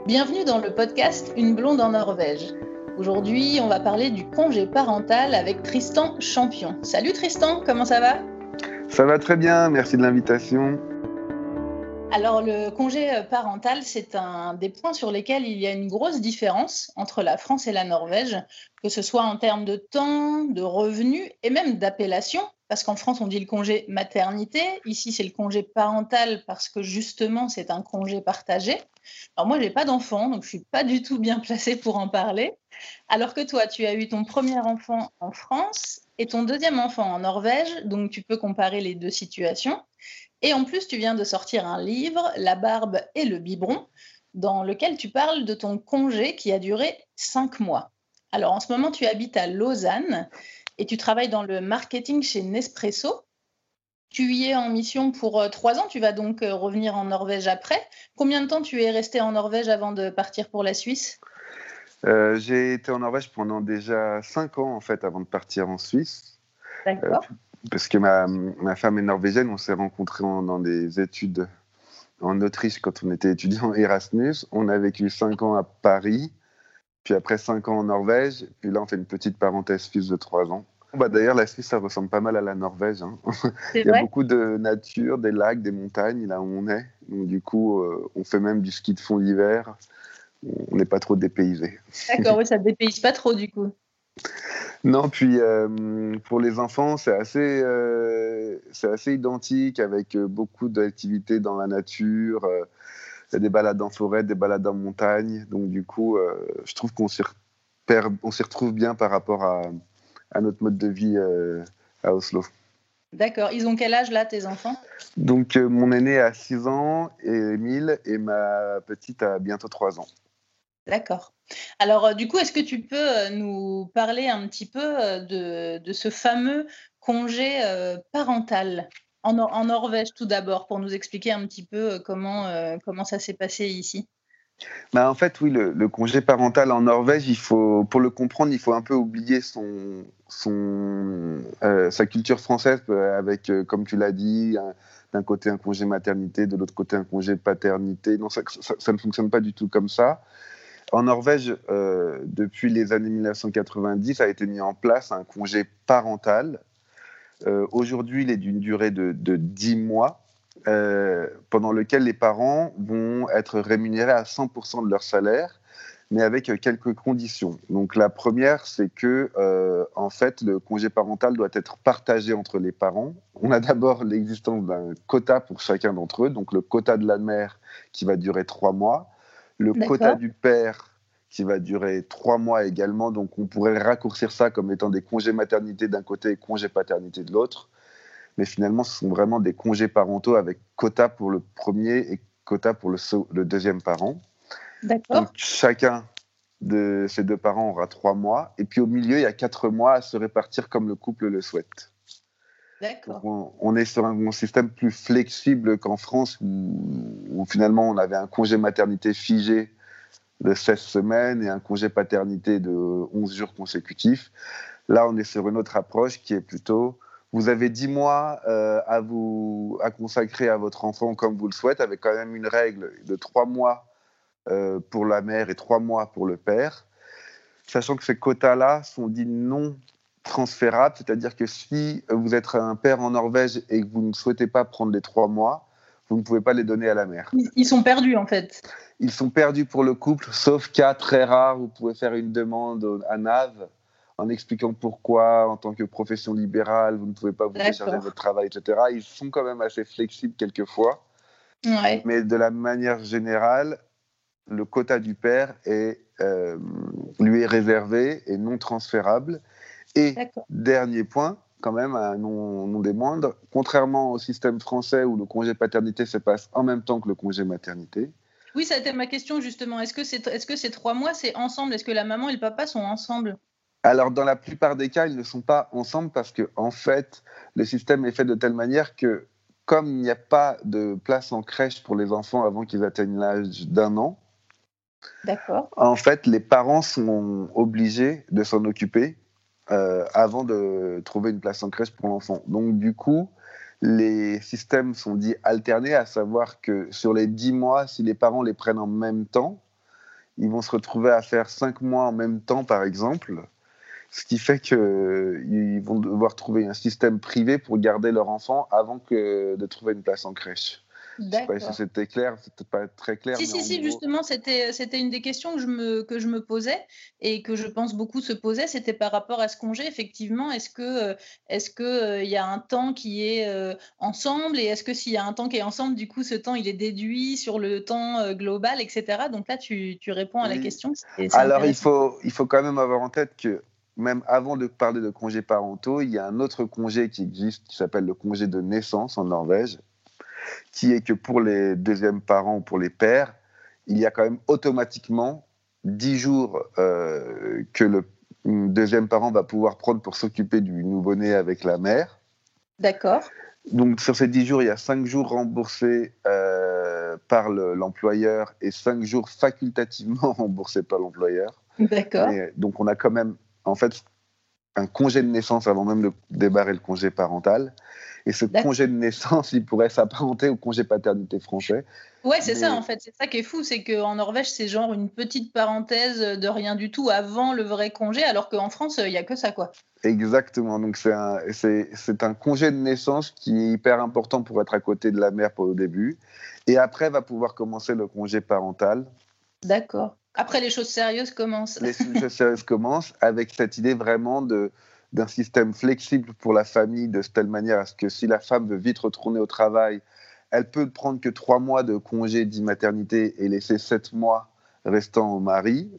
Bienvenue dans le podcast Une blonde en Norvège. Aujourd'hui, on va parler du congé parental avec Tristan Champion. Salut Tristan, comment ça va ? Ça va très bien, merci de l'invitation. Alors, le congé parental, c'est un des points sur lesquels il y a une grosse différence entre la France et la Norvège, que ce soit en termes de temps, de revenus et même d'appellation. Parce qu'en France, on dit le congé maternité. Ici, c'est le congé parental parce que justement, c'est un congé partagé. Alors moi, j'ai pas d'enfant, donc je suis pas du tout bien placée pour en parler. Alors que toi, tu as eu ton premier enfant en France et ton deuxième enfant en Norvège, donc tu peux comparer les deux situations. Et en plus, tu viens de sortir un livre, La barbe et le biberon, dans lequel tu parles de ton congé qui a duré 5 mois. Alors en ce moment, tu habites à Lausanne et tu travailles dans le marketing chez Nespresso. Tu y es en mission pour 3 ans, tu vas donc revenir en Norvège après. Combien de temps tu es resté en Norvège avant de partir pour la Suisse ? J'ai été en Norvège pendant déjà 5 ans en fait avant de partir en Suisse. D'accord. Parce que ma femme est norvégienne, on s'est rencontrés dans des études en Autriche quand on était étudiant Erasmus. On a vécu 5 ans à Paris, puis après 5 ans en Norvège, puis là on fait une petite parenthèse Suisse de 3 ans. D'ailleurs, la Suisse, ça ressemble pas mal à la Norvège. C'est Il y a vrai ? beaucoup de nature, des lacs, des montagnes, là où on est. Donc du coup, on fait même du ski de fond l'hiver. On n'est pas trop dépaysé. D'accord, oui, ça ne te dépayse pas trop du coup. Non, puis pour les enfants, c'est assez identique avec beaucoup d'activités dans la nature, des balades en forêt, des balades en montagne. Donc du coup, je trouve qu'on s'y retrouve bien par rapport à notre mode de vie à Oslo. D'accord. Ils ont quel âge là, tes enfants ? Donc mon aîné a 6 ans, et Émile, et ma petite a bientôt 3 ans. D'accord. Alors, du coup, est-ce que tu peux nous parler un petit peu de ce fameux congé parental en Norvège tout d'abord, pour nous expliquer un petit peu comment ça s'est passé ici ? En fait, oui, le congé parental en Norvège, pour le comprendre, il faut un peu oublier sa culture française avec, comme tu l'as dit, d'un côté un congé maternité, de l'autre côté un congé paternité. Non, ça ne fonctionne pas du tout comme ça. En Norvège, depuis les années 1990, a été mis en place un congé parental. Aujourd'hui, il est d'une durée de 10 mois. Pendant lequel les parents vont être rémunérés à 100% de leur salaire, mais avec quelques conditions. Donc la première, c'est que en fait, le congé parental doit être partagé entre les parents. On a d'abord l'existence d'un quota pour chacun d'entre eux, donc le quota de la mère qui va durer 3 mois, le quota du père qui va durer 3 mois également, donc on pourrait raccourcir ça comme étant des congés maternité d'un côté et congés paternité de l'autre. Mais finalement, ce sont vraiment des congés parentaux avec quota pour le premier et quota pour le deuxième parent. D'accord. Donc, chacun de ces deux parents aura 3 mois. Et puis, au milieu, il y a 4 mois à se répartir comme le couple le souhaite. D'accord. Donc, on est sur un système plus flexible qu'en France, où finalement, on avait un congé maternité figé de 16 semaines et un congé paternité de 11 jours consécutifs. Là, on est sur une autre approche qui est plutôt... Vous avez 10 mois à consacrer à votre enfant comme vous le souhaitez, avec quand même une règle de 3 mois pour la mère et 3 mois pour le père, sachant que ces quotas-là sont dits non transférables, c'est-à-dire que si vous êtes un père en Norvège et que vous ne souhaitez pas prendre les 3 mois, vous ne pouvez pas les donner à la mère. Ils sont perdus en fait. Ils sont perdus pour le couple, sauf cas très rares, vous pouvez faire une demande à NAV en expliquant pourquoi, en tant que profession libérale, vous ne pouvez pas vous décharger de votre travail, etc. Ils sont quand même assez flexibles quelquefois. Ouais. Mais de la manière générale, le quota du père lui est réservé et non transférable. Et dernier point, quand même, non des moindres, contrairement au système français où le congé paternité se passe en même temps que le congé maternité. Oui, ça a été ma question justement. Est-ce que ces 3 mois, c'est ensemble ? Est-ce que la maman et le papa sont ensemble ? Alors, dans la plupart des cas, ils ne sont pas ensemble parce que, en fait, le système est fait de telle manière que, comme il n'y a pas de place en crèche pour les enfants avant qu'ils atteignent l'âge d'1 an, en fait, les parents sont obligés de s'en occuper avant de trouver une place en crèche pour l'enfant. Donc, du coup, les systèmes sont dits alternés, à savoir que sur les 10 mois, si les parents les prennent en même temps, ils vont se retrouver à faire 5 mois en même temps, par exemple, ce qui fait qu'ils vont devoir trouver un système privé pour garder leur enfant avant de trouver une place en crèche. Je ne sais pas si D'accord. c'était clair, c'était pas très clair, mais en Si, gros... justement, c'était une des questions que je me posais et que je pense beaucoup se posaient, c'était par rapport à ce congé. Effectivement, est-ce que, il y a un temps qui est, ensemble et est-ce que s'il y a un temps qui est ensemble, du coup, ce temps, il est déduit sur le temps, global et cetera? Donc là, tu réponds à la Oui. question, c'est Alors, intéressant. il faut quand même avoir en tête que même avant de parler de congés parentaux, il y a un autre congé qui existe qui s'appelle le congé de naissance en Norvège, qui est que pour les deuxièmes parents ou pour les pères, il y a quand même automatiquement 10 jours que le deuxième parent va pouvoir prendre pour s'occuper du nouveau-né avec la mère. D'accord. Donc sur ces 10 jours, il y a 5 jours remboursés par l'employeur et 5 jours facultativement remboursés par l'employeur. D'accord. Mais donc on a quand même en fait un congé de naissance avant même de démarrer le congé parental. Et ce D'accord. congé de naissance, il pourrait s'apparenter au congé paternité français. Ouais, c'est ça, Mais en fait. C'est ça qui est fou, c'est qu'en Norvège, c'est genre une petite parenthèse de rien du tout avant le vrai congé, alors qu'en France, il y a que ça, quoi. exactement, donc c'est un congé de naissance qui est hyper important pour être à côté de la mère pour le début. Et après va pouvoir commencer le congé parental. D'accord. Après, les choses sérieuses commencent. Les choses sérieuses commencent avec cette idée vraiment d'un système flexible pour la famille, de telle manière à ce que si la femme veut vite retourner au travail, elle peut prendre que 3 mois de congé d'immaternité et laisser 7 mois restant au mari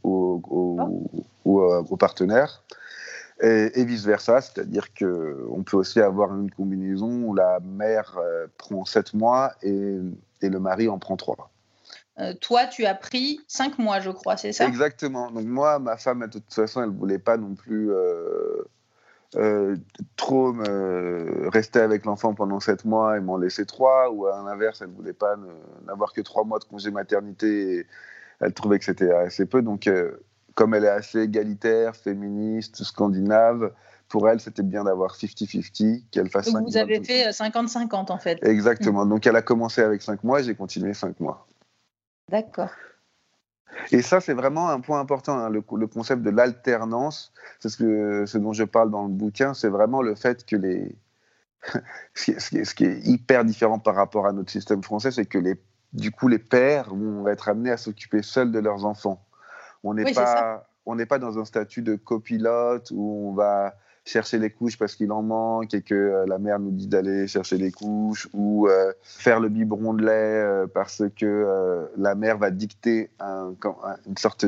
ou au partenaire. Et vice-versa, c'est-à-dire qu'on peut aussi avoir une combinaison où la mère prend 7 mois et le mari en prend 3. Toi, tu as pris 5 mois, je crois, c'est ça? Exactement. Donc moi, ma femme, de toute façon, elle ne voulait pas non plus euh, trop rester avec l'enfant pendant 7 mois et m'en laisser 3, ou à l'inverse, elle ne voulait pas n'avoir que 3 mois de congé maternité. Et elle trouvait que c'était assez peu. Donc, comme elle est assez égalitaire, féministe, scandinave, pour elle, c'était bien d'avoir 50-50, qu'elle fasse Donc 5 vous mois. avez fait 50-50 en fait. Exactement. Donc, elle a commencé avec 5 mois et j'ai continué 5 mois. D'accord. Et ça, c'est vraiment un point important, hein, le concept de l'alternance. C'est ce dont je parle dans le bouquin, c'est vraiment le fait que ce qui est hyper différent par rapport à notre système français, c'est que du coup, les pères vont être amenés à s'occuper seuls de leurs enfants. Oui, c'est ça. On n'est pas dans un statut de copilote où on va chercher les couches parce qu'il en manque et que la mère nous dit d'aller chercher les couches, ou faire le biberon de lait parce que la mère va dicter une sorte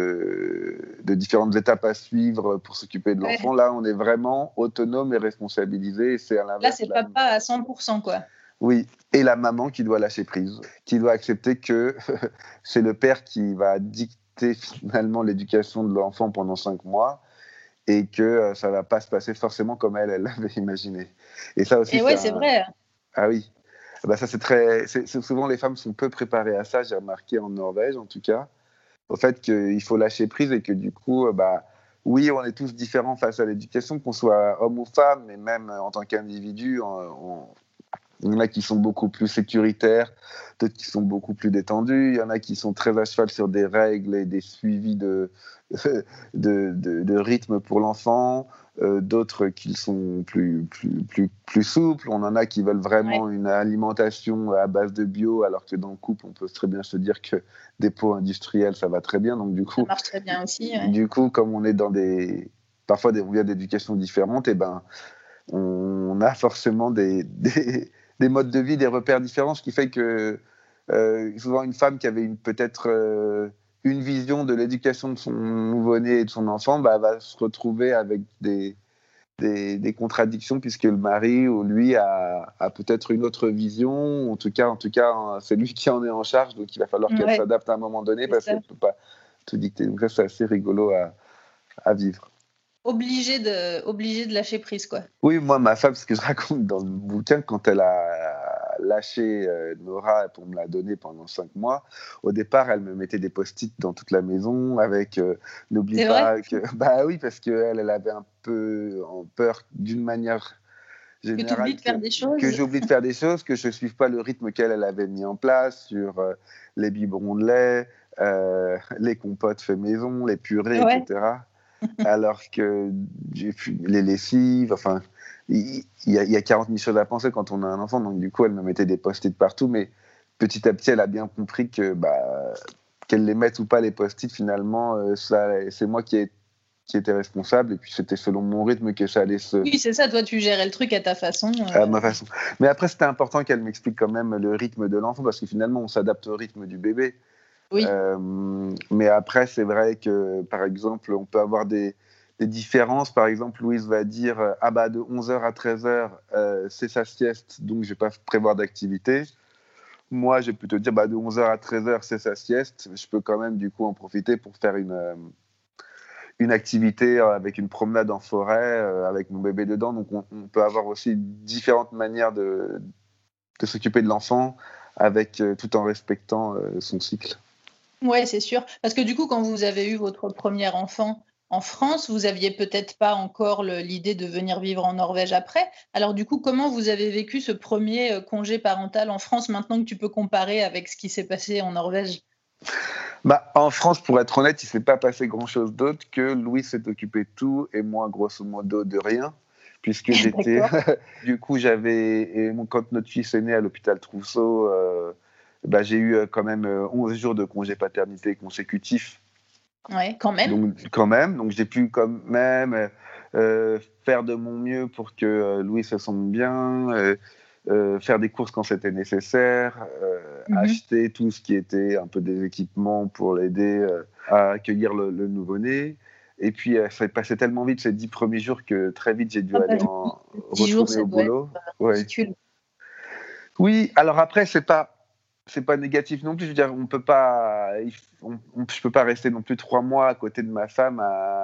de différentes étapes à suivre pour s'occuper de Ouais. l'enfant. Là, on est vraiment autonome et responsabilisé, et c'est à Là, l'inverse. c'est papa à 100%, quoi. Oui, et la maman qui doit lâcher prise, qui doit accepter que c'est le père qui va dicter finalement l'éducation de l'enfant pendant 5 mois, et que ça ne va pas se passer forcément comme elle l'avait imaginé. Et ça aussi, Et ouais, c'est vrai. Ah oui, bah ça c'est souvent les femmes sont peu préparées à ça, j'ai remarqué en Norvège en tout cas, au fait qu'il faut lâcher prise et que du coup, oui, on est tous différents face à l'éducation, qu'on soit homme ou femme, mais même en tant qu'individu, il y en a qui sont beaucoup plus sécuritaires, d'autres qui sont beaucoup plus détendus. Il y en a qui sont très à cheval sur des règles et des suivis de rythme pour l'enfant. D'autres qui sont plus souples. On en a qui veulent Ouais, vraiment une alimentation à base de bio, alors que dans le couple, on peut très bien se dire que des pots industriels, ça va très bien. Donc ça marche très bien aussi. Ouais. du coup comme on est dans parfois on vient d'éducations différentes, et ben on a forcément des modes de vie, des repères différents, ce qui fait que souvent une femme qui avait peut-être une vision de l'éducation de son nouveau-né et de son enfant va se retrouver avec des contradictions, puisque le mari ou lui a peut-être une autre vision. En tout cas, c'est lui qui en est en charge, donc il va falloir qu'elle Ouais, s'adapte à un moment donné c'est parce ça. qu'elle ne peut pas tout dicter. Donc ça, c'est assez rigolo à vivre. Obligé de lâcher prise, quoi. Oui, moi, ma femme, ce que je raconte dans le bouquin, quand elle a lâché Nora pour me la donner pendant 5 mois, au départ, elle me mettait des post-it dans toute la maison avec n'oublie C'est vrai? pas que. Bah oui, parce qu'elle avait un peu en peur d'une manière Que tu oublies générale de faire des que choses? j'oublie de faire des choses, que je ne suive pas le rythme qu'elle avait mis en place sur les biberons de lait, les compotes fait maison, les purées, Ouais. etc. Alors que les lessives, enfin, il y a 40 000 choses à penser quand on a un enfant. Donc, du coup, elle me mettait des post-it partout. Mais petit à petit, elle a bien compris que qu'elle les mette ou pas, les post-it, finalement, c'est moi qui était responsable. Et puis, c'était selon mon rythme que ça allait Oui, c'est ça, toi, tu gérais le truc à ta façon. à ma façon. Mais après, c'était important qu'elle m'explique quand même le rythme de l'enfant, parce que finalement, on s'adapte au rythme du bébé. Oui, Mais après, c'est vrai que, par exemple, on peut avoir des différences. Par exemple, Louise va dire de 11h à 13h, c'est sa sieste, donc je ne vais pas prévoir d'activité. Moi, je vais plutôt dire de 11h à 13h, c'est sa sieste. Je peux quand même, du coup, en profiter pour faire une activité avec une promenade en forêt, avec mon bébé dedans. Donc, on peut avoir aussi différentes manières de s'occuper de l'enfant, tout en respectant son cycle. ouais, c'est sûr. Parce que du coup, quand vous avez eu votre premier enfant en France, vous aviez peut-être pas encore l'idée de venir vivre en Norvège après. Alors du coup, comment vous avez vécu ce premier congé parental en France maintenant que tu peux comparer avec ce qui s'est passé en Norvège? En France, pour être honnête, il ne s'est pas passé grand-chose d'autre que Louis s'est occupé de tout et moi, grosso modo, de rien. Puisque j'étais. D'accord. Du coup, quand notre fils est né à l'hôpital Trousseau, j'ai eu quand même 11 jours de congé paternité consécutifs. Ouais, quand même. Donc, quand même. Donc, j'ai pu quand même faire de mon mieux pour que Louis se sente bien. Faire des courses quand c'était nécessaire, Mhm. acheter tout ce qui était un peu des équipements pour l'aider à accueillir le nouveau-né. Et puis, ça est passé tellement vite ces 10 premiers jours que très vite, j'ai dû Ah bah, aller 10 jours, retourner ça au doit être boulot. Ouais. ridicule. Oui, alors après, c'est pas négatif non plus. Je veux dire, on peut pas, je peux pas rester non plus 3 mois à côté de ma femme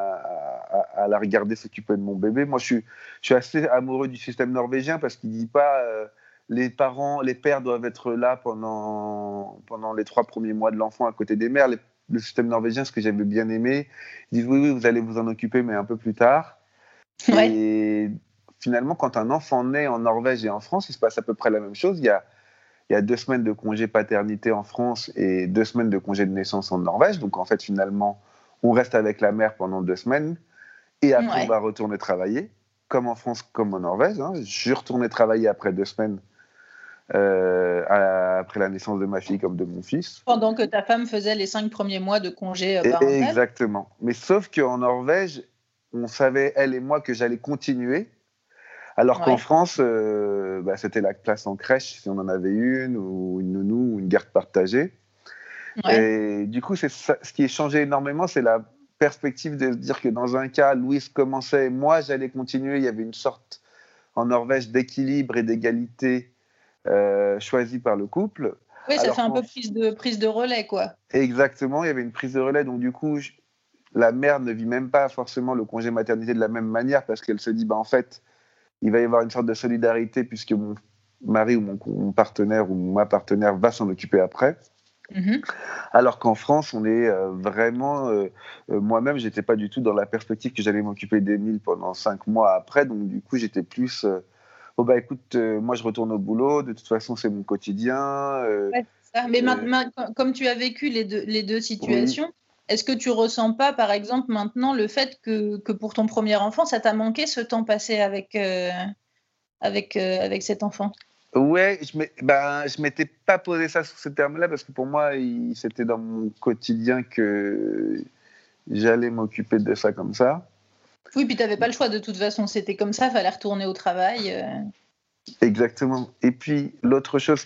à la regarder s'occuper de mon bébé. Moi, je suis assez amoureux du système norvégien parce qu'il dit pas les pères doivent être là pendant les 3 premiers mois de l'enfant à côté des mères. Le système norvégien, ce que j'avais bien aimé, ils disent oui, vous allez vous en occuper, mais un peu plus tard. Ouais. Et finalement, quand un enfant naît en Norvège et en France, il se passe à peu près la même chose. Il y a 2 semaines de congé paternité en France et 2 semaines de congé de naissance en Norvège. Donc, en fait, finalement, on reste avec la mère pendant 2 semaines et après, on Ouais. va retourner travailler, comme en France, comme en Norvège. Je suis retourné travailler après 2 semaines, après la naissance de ma fille comme de mon fils. Pendant que ta femme faisait les 5 premiers mois de congé parental. Exactement. Mais sauf qu'en Norvège, on savait, elle et moi, que j'allais continuer. Alors qu'en Ouais. France, c'était la place en crèche, si on en avait une, ou une nounou, ou une garde partagée. Ouais. Et du coup, ce qui a changé énormément, c'est la perspective de se dire que dans un cas, Louise commençait, moi j'allais continuer, il y avait une sorte en Norvège d'équilibre et d'égalité choisie par le couple. Oui, ça fait Alors un qu'en peu prise de relais, quoi. Exactement, il y avait une prise de relais, donc du coup, la mère ne vit même pas forcément le congé maternité de la même manière parce qu'elle se dit, en fait, il va y avoir une sorte de solidarité puisque mon mari ou mon partenaire ou ma partenaire va s'en occuper après. Mhm. Alors qu'en France, on est vraiment. Moi-même, j'étais pas du tout dans la perspective que j'allais m'occuper d'Émile pendant 5 mois après. Donc, du coup, j'étais plus. Écoute, moi, je retourne au boulot. De toute façon, c'est mon quotidien. Ouais, c'est ça. Mais Euh, comme tu as vécu les deux oui, situations, est-ce que tu ressens pas, par exemple, maintenant, le fait que pour ton premier enfant, ça t'a manqué ce temps passé avec cet enfant? ouais, je m'étais pas posé ça sous ce terme-là parce que pour moi, c'était dans mon quotidien que j'allais m'occuper de ça comme ça. Oui, puis tu n'avais pas le choix de toute façon, c'était comme ça, il fallait retourner au travail. Exactement. Et puis, l'autre chose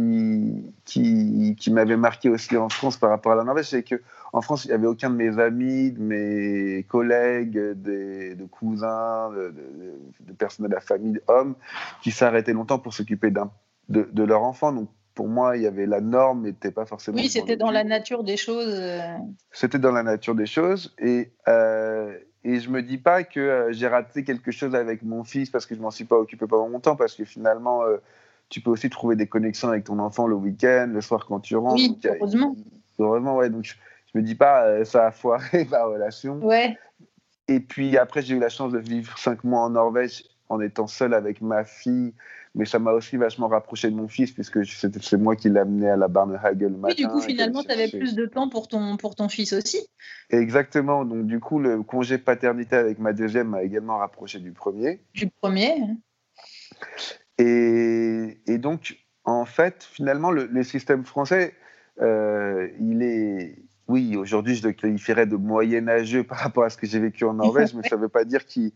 qui m'avait marqué aussi en France par rapport à la Norvège, c'est qu'en France, il n'y avait aucun de mes amis, de mes collègues, de cousins, de personnes de la famille, hommes, qui s'arrêtaient longtemps pour s'occuper de leur enfant. Donc, pour moi, il y avait la norme n'était pas forcément Oui, que je m'en c'était dans la occupe. nature des choses. C'était dans la nature des choses. Et je me dis pas que j'ai raté quelque chose avec mon fils parce que je m'en suis pas occupé pendant longtemps, parce que finalement, tu peux aussi trouver des connexions avec ton enfant le week-end, le soir quand tu rentres. Oui, Donc, heureusement. vraiment, ouais. Donc, je me dis pas ça a foiré ma relation. Ouais. Et puis après, j'ai eu la chance de vivre 5 mois en Norvège en étant seul avec ma fille. mais ça m'a aussi vachement rapproché de mon fils, puisque c'est moi qui l'ai amené à la Barnehage le matin. Oui, du coup, finalement, tu avais plus de temps pour ton fils aussi. Exactement. Donc, du coup, le congé paternité avec ma deuxième m'a également rapproché du premier. Du premier. Et donc, en fait, finalement, le système français, il est... Oui, aujourd'hui, je le qualifierais de moyenâgeux par rapport à ce que j'ai vécu en Norvège, mais ça ne veut pas dire qu'il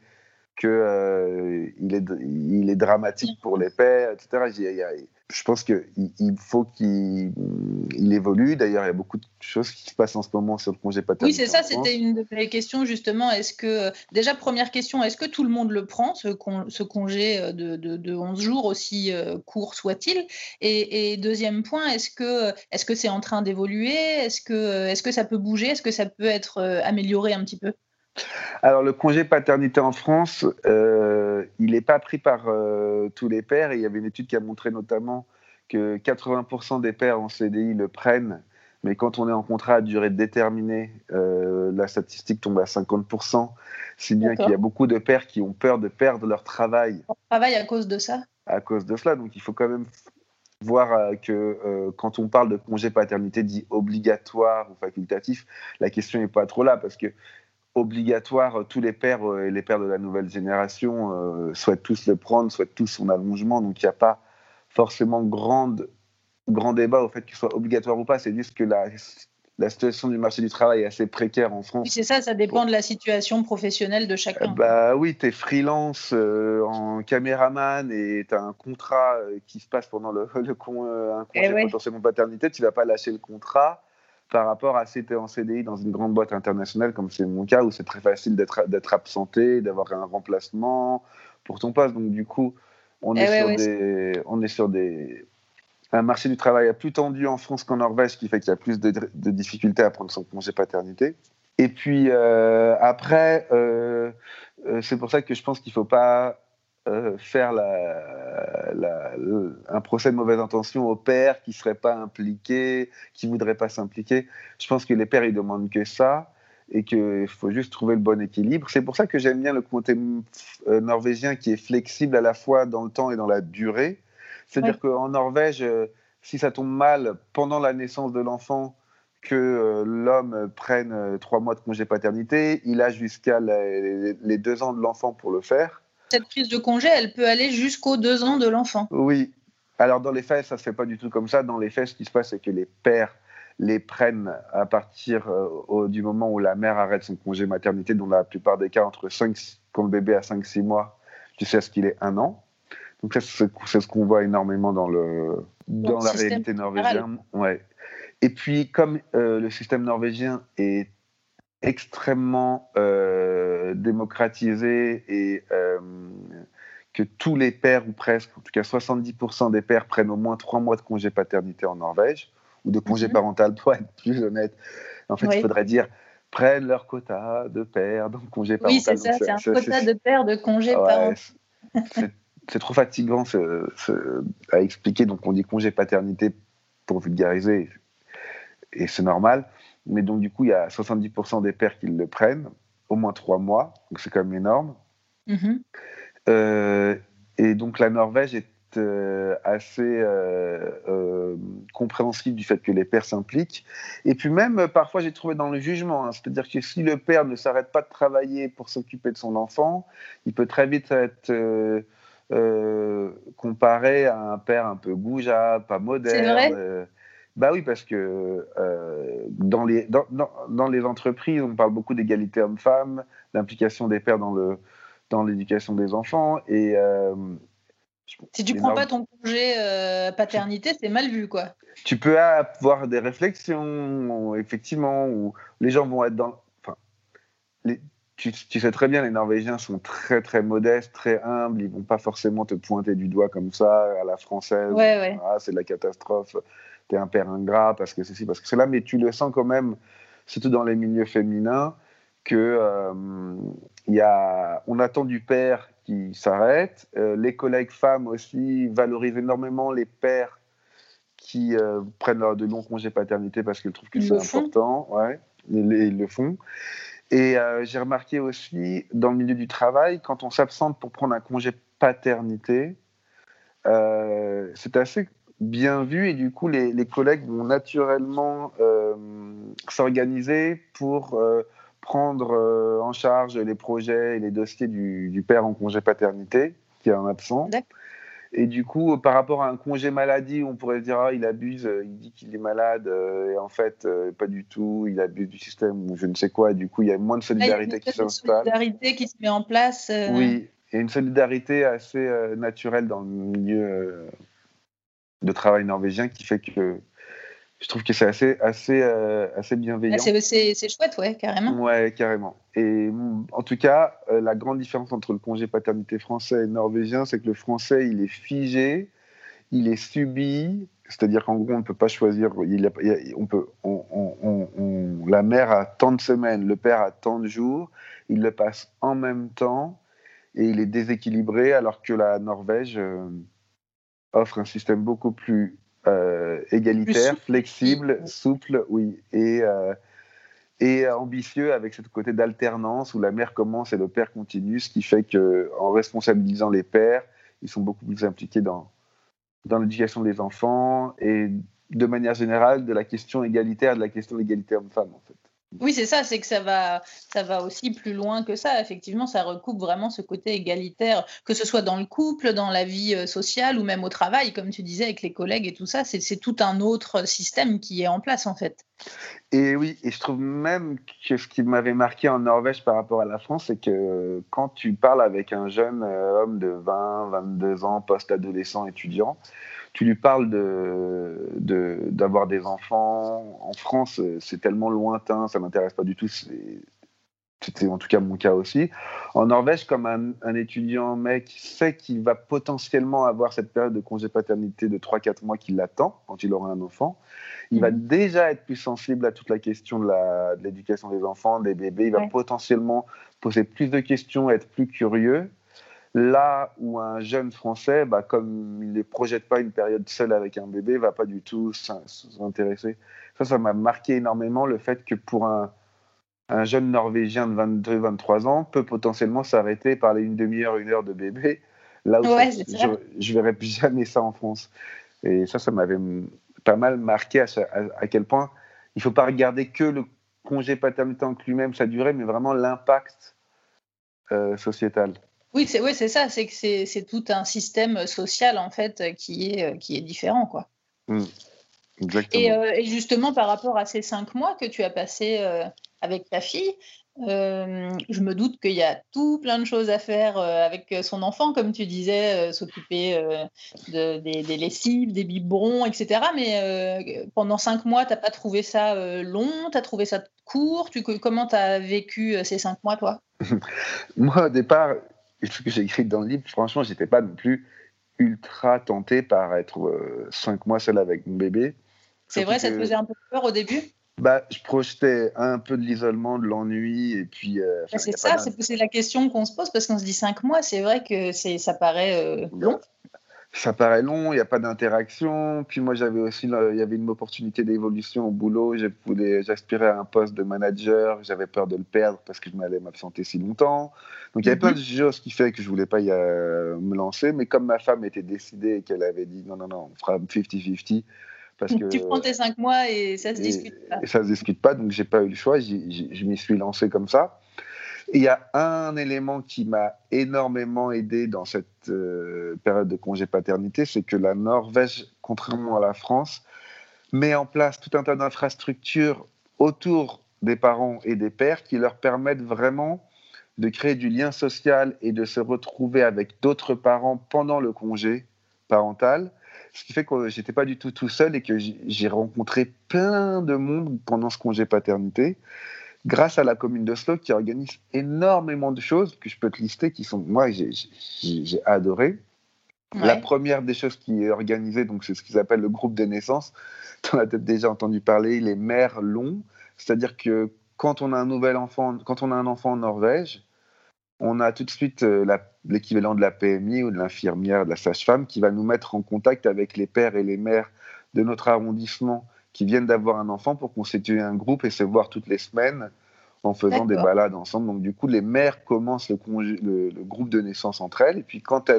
est dramatique pour les pères, etc. Je pense qu'il faut qu'il évolue. D'ailleurs, il y a beaucoup de choses qui se passent en ce moment sur le congé paternité. Oui, c'est ça, c'était une de mes questions justement. Déjà, première question, est-ce que tout le monde le prend, ce congé de 11 jours, aussi court soit-il? Et deuxième point, est-ce que c'est en train d'évoluer? Est-ce que ça peut bouger? Est-ce que ça peut être amélioré un petit peu? Alors, le congé paternité en France, il n'est pas pris par tous les pères. Et il y avait une étude qui a montré notamment que 80% des pères en CDI le prennent, mais quand on est en contrat à durée déterminée, la statistique tombe à 50%. Si bien qu'il y a beaucoup de pères qui ont peur de perdre leur travail. À cause de ça? À cause de cela. Donc, il faut quand même voir que quand on parle de congé paternité dit obligatoire ou facultatif, la question n'est pas trop là, parce que obligatoire, tous les pères et les pères de la nouvelle génération souhaitent tous le prendre, souhaitent tous son allongement, donc il n'y a pas forcément grand débat au fait qu'il soit obligatoire ou pas, c'est juste que la situation du marché du travail est assez précaire en France. Oui, c'est ça, ça dépend de la situation professionnelle de chacun. Bah oui, tu es freelance en caméraman et tu as un contrat qui se passe pendant un congé potentiellement paternité, tu ne vas pas lâcher le contrat par rapport à si tu es en CDI dans une grande boîte internationale, comme c'est mon cas, où c'est très facile d'être absenté, d'avoir un remplacement pour ton poste. Donc, du coup, on est sur un marché du travail plus tendu en France qu'en Norvège, qui fait qu'il y a plus de difficultés à prendre son congé paternité. Et puis, après, c'est pour ça que je pense qu'il ne faut pas faire un procès de mauvaise intention aux pères qui ne seraient pas impliqués, qui ne voudraient pas s'impliquer. Je pense que les pères, ils demandent que ça et qu'il faut juste trouver le bon équilibre. C'est pour ça que j'aime bien le côté norvégien qui est flexible à la fois dans le temps et dans la durée. C'est-à-dire qu'en Norvège, si ça tombe mal pendant la naissance de l'enfant, que l'homme prenne 3 mois de congé paternité, il a jusqu'à les 2 ans de l'enfant pour le faire. Cette prise de congé, elle peut aller jusqu'aux 2 ans de l'enfant. Oui. Alors, dans les faits, ça ne se fait pas du tout comme ça. Dans les faits, ce qui se passe, c'est que les pères les prennent à partir du moment où la mère arrête son congé maternité, dans la plupart des cas, quand le bébé a 5-6 mois, jusqu'à ce qu'il ait 1 an. Donc, ça, c'est ce qu'on voit énormément dans la réalité norvégienne. Ouais. Et puis, comme le système norvégien est extrêmement démocratisé et que tous les pères, ou presque, en tout cas 70% des pères prennent au moins 3 mois de congé paternité en Norvège, ou de congé parental, pour être plus honnête. En fait, il faudrait dire prennent leur quota de pères dans le congé parental. Oui, c'est ça, c'est un quota de pères de congé parental. C'est trop fatigant à expliquer, donc on dit congé paternité pour vulgariser, et c'est normal. Mais donc, du coup, il y a 70% des pères qui le prennent, au moins 3 mois, donc c'est quand même énorme. Et donc, la Norvège est assez compréhensible du fait que les pères s'impliquent. Et puis même, parfois, j'ai trouvé dans le jugement, c'est-à-dire que si le père ne s'arrête pas de travailler pour s'occuper de son enfant, il peut très vite être comparé à un père un peu goujat, pas moderne. C'est vrai. Bah oui, parce que dans les entreprises, on parle beaucoup d'égalité homme-femme, d'implication des pères dans l'éducation des enfants. Et si tu prends pas ton congé paternité, c'est mal vu, quoi. Tu peux avoir des réflexions, effectivement, où les gens vont être dans... Enfin, tu sais très bien, les Norvégiens sont très, très modestes, très humbles. Ils vont pas forcément te pointer du doigt comme ça, à la française. Ah, c'est de la catastrophe. T'es un père ingrat parce que ceci, parce que cela. Mais tu le sens quand même, surtout dans les milieux féminins, que on attend du père qui s'arrête. Les collègues femmes aussi valorisent énormément les pères qui prennent de longs congés paternité parce qu'ils trouvent que c'est important. Ouais, ils le font. Et j'ai remarqué aussi, dans le milieu du travail, quand on s'absente pour prendre un congé paternité, c'est assez bien vu et du coup, les collègues vont naturellement s'organiser pour prendre en charge les projets et les dossiers du père en congé paternité qui est un absent. D'accord. Et du coup, par rapport à un congé maladie, on pourrait se dire il abuse, il dit qu'il est malade, et en fait, pas du tout, il abuse du système ou je ne sais quoi. Et du coup, il y a moins de Là, il y a une solidarité qui espèce de s'installe. solidarité qui se met en place. Oui, il y a une solidarité assez naturelle dans le milieu de travail norvégien qui fait que je trouve que c'est assez bienveillant. C'est chouette, ouais, carrément. Ouais, carrément. Et en tout cas, la grande différence entre le congé paternité français et norvégien, c'est que le français, il est figé, il est subi, c'est-à-dire qu'en gros, on ne peut pas choisir. La mère a tant de semaines, le père a tant de jours, il le passe en même temps et il est déséquilibré, alors que la Norvège offre un système beaucoup plus Plus égalitaire, souple. flexible, souple, oui, et ambitieux avec ce côté d'alternance où la mère commence et le père continue, ce qui fait qu'en responsabilisant les pères, ils sont beaucoup plus impliqués dans l'éducation des enfants et de manière générale de la question égalitaire, de la question de l'égalité homme-femme en fait. Oui, c'est ça, c'est que ça va aussi plus loin que ça. Effectivement, ça recoupe vraiment ce côté égalitaire, que ce soit dans le couple, dans la vie sociale ou même au travail, comme tu disais, avec les collègues et tout ça. C'est tout un autre système qui est en place, en fait. Et oui, et je trouve même que ce qui m'avait marqué en Norvège par rapport à la France, c'est que quand tu parles avec un jeune homme de 20, 22 ans, post-adolescent, étudiant, tu lui parles d'avoir des enfants. En France, c'est tellement lointain, ça m'intéresse pas du tout. C'était en tout cas mon cas aussi. En Norvège, comme un étudiant mec sait qu'il va potentiellement avoir cette période de congé paternité de 3-4 mois qui l'attend quand il aura un enfant, il va déjà être plus sensible à toute la question de l'éducation des enfants, des bébés. Il va potentiellement poser plus de questions, être plus curieux. Là où un jeune Français, comme il ne projette pas une période seule avec un bébé, va pas du tout s'intéresser. Ça m'a marqué énormément le fait que pour un jeune Norvégien de 22-23 ans peut potentiellement s'arrêter et parler une demi-heure, une heure de bébé, là où Ouais, c'est ça. je verrais plus jamais ça en France. Et ça m'avait pas mal marqué à quel point il ne faut pas regarder que le congé paternité en lui-même, sa durée, mais vraiment l'impact sociétal. Oui, c'est ça, c'est que c'est tout un système social, en fait, qui est différent, quoi. Exactement. Et justement, par rapport à ces 5 mois que tu as passés avec ta fille, je me doute qu'il y a tout plein de choses à faire avec son enfant, comme tu disais, s'occuper des lessives, des biberons, etc. Mais pendant 5 mois, tu n'as pas trouvé ça long? Tu as trouvé ça court? Comment tu as vécu ces 5 mois, toi? Moi, au départ, ce que j'ai écrit dans le livre, franchement, j'étais pas non plus ultra tenté par être 5 mois seul avec mon bébé. C'est Surtout vrai, ça te que faisait un peu peur au début? je projetais un peu de l'isolement, de l'ennui, et puis il C'est n'y a pas ça, c'est la question qu'on se pose parce qu'on se dit 5 mois, c'est vrai que ça paraît long. Ça paraît long, il n'y a pas d'interaction. Puis moi, j'avais aussi, il y avait une opportunité d'évolution au boulot. J'aspirais à un poste de manager. J'avais peur de le perdre parce que je m'allais m'absenter si longtemps. Donc il y avait plein de choses qui fait que je voulais pas me lancer. Mais comme ma femme était décidée et qu'elle avait dit non, non, non, on fera 50-50 parce Tu que prends tes 5 mois et ça se discute pas. et ça se discute pas. Donc j'ai pas eu le choix. Je m'y suis lancé comme ça. Et il y a un élément qui m'a énormément aidé dans cette période de congé paternité, c'est que la Norvège, contrairement à la France, met en place tout un tas d'infrastructures autour des parents et des pères qui leur permettent vraiment de créer du lien social et de se retrouver avec d'autres parents pendant le congé parental. Ce qui fait que j'étais pas du tout seul et que j'ai rencontré plein de monde pendant ce congé paternité grâce à la commune d'Oslo qui organise énormément de choses que je peux te lister qui sont, moi, j'ai adoré. Ouais. La première des choses qui est organisée, donc c'est ce qu'ils appellent le groupe des naissances. Tu en as peut-être déjà entendu parler, les mères longs. C'est-à-dire que quand on a un enfant en Norvège, on a tout de suite l'équivalent de la PMI ou de l'infirmière, de la sage-femme qui va nous mettre en contact avec les pères et les mères de notre arrondissement qui viennent d'avoir un enfant pour constituer un groupe et se voir toutes les semaines en faisant des balades ensemble. Donc du coup, les mères commencent le groupe de naissance entre elles et puis quand elles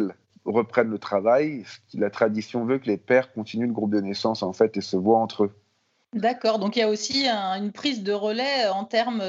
reprennent le travail, la tradition veut que les pères continuent le groupe de naissance en fait et se voient entre eux. D'accord, donc il y a aussi une prise de relais en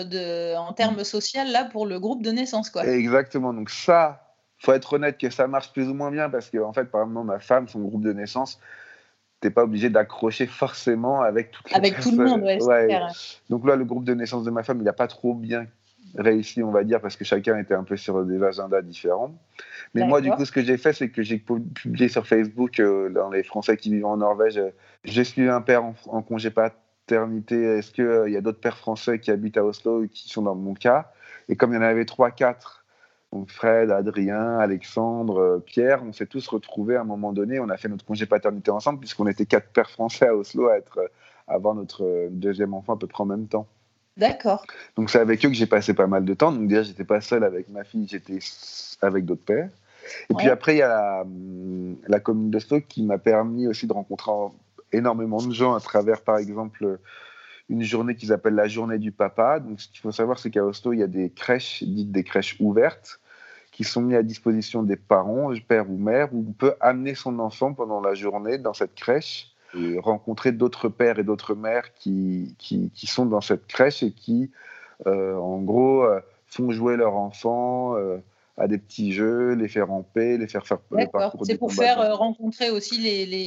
termes social là pour le groupe de naissance, quoi. Exactement, donc ça, faut être honnête que ça marche plus ou moins bien parce que en fait, par exemple, ma femme, son groupe de naissance, t'es pas obligé d'accrocher forcément avec toutes les Avec tout le personnes. monde, ouais, c'est Ouais. clair. Donc là, le groupe de naissance de ma femme, il n'a pas trop bien réussi, on va dire, parce que chacun était un peu sur des agendas différents. Mais moi, du coup, D'accord. ce que j'ai fait, c'est que j'ai publié sur Facebook, dans les Français qui vivent en Norvège, j'ai suivi un père en congé paternité. Est-ce qu'il y a d'autres pères français qui habitent à Oslo et qui sont dans mon cas? Et comme il y en avait 3-4, donc Fred, Adrien, Alexandre, Pierre, on s'est tous retrouvés à un moment donné. On a fait notre congé paternité ensemble, puisqu'on était 4 pères français à Oslo à avoir notre deuxième enfant à peu près en même temps. D'accord. Donc c'est avec eux que j'ai passé pas mal de temps. Donc déjà, j'étais pas seul avec ma fille, j'étais avec d'autres pères. Et puis Ouais. après, il y a la commune de Stoke qui m'a permis aussi de rencontrer énormément de gens à travers, par exemple, une journée qu'ils appellent la journée du papa. Donc ce qu'il faut savoir, c'est qu'à Oslo, il y a des crèches, dites des crèches ouvertes, qui sont mises à disposition des parents, père ou mère, où on peut amener son enfant pendant la journée dans cette crèche et rencontrer d'autres pères et d'autres mères qui sont dans cette crèche et qui, en gros, font jouer leur enfant à des petits jeux, les faire ramper, les faire le D'accord. parcours C'est des pour faire combattants. rencontrer aussi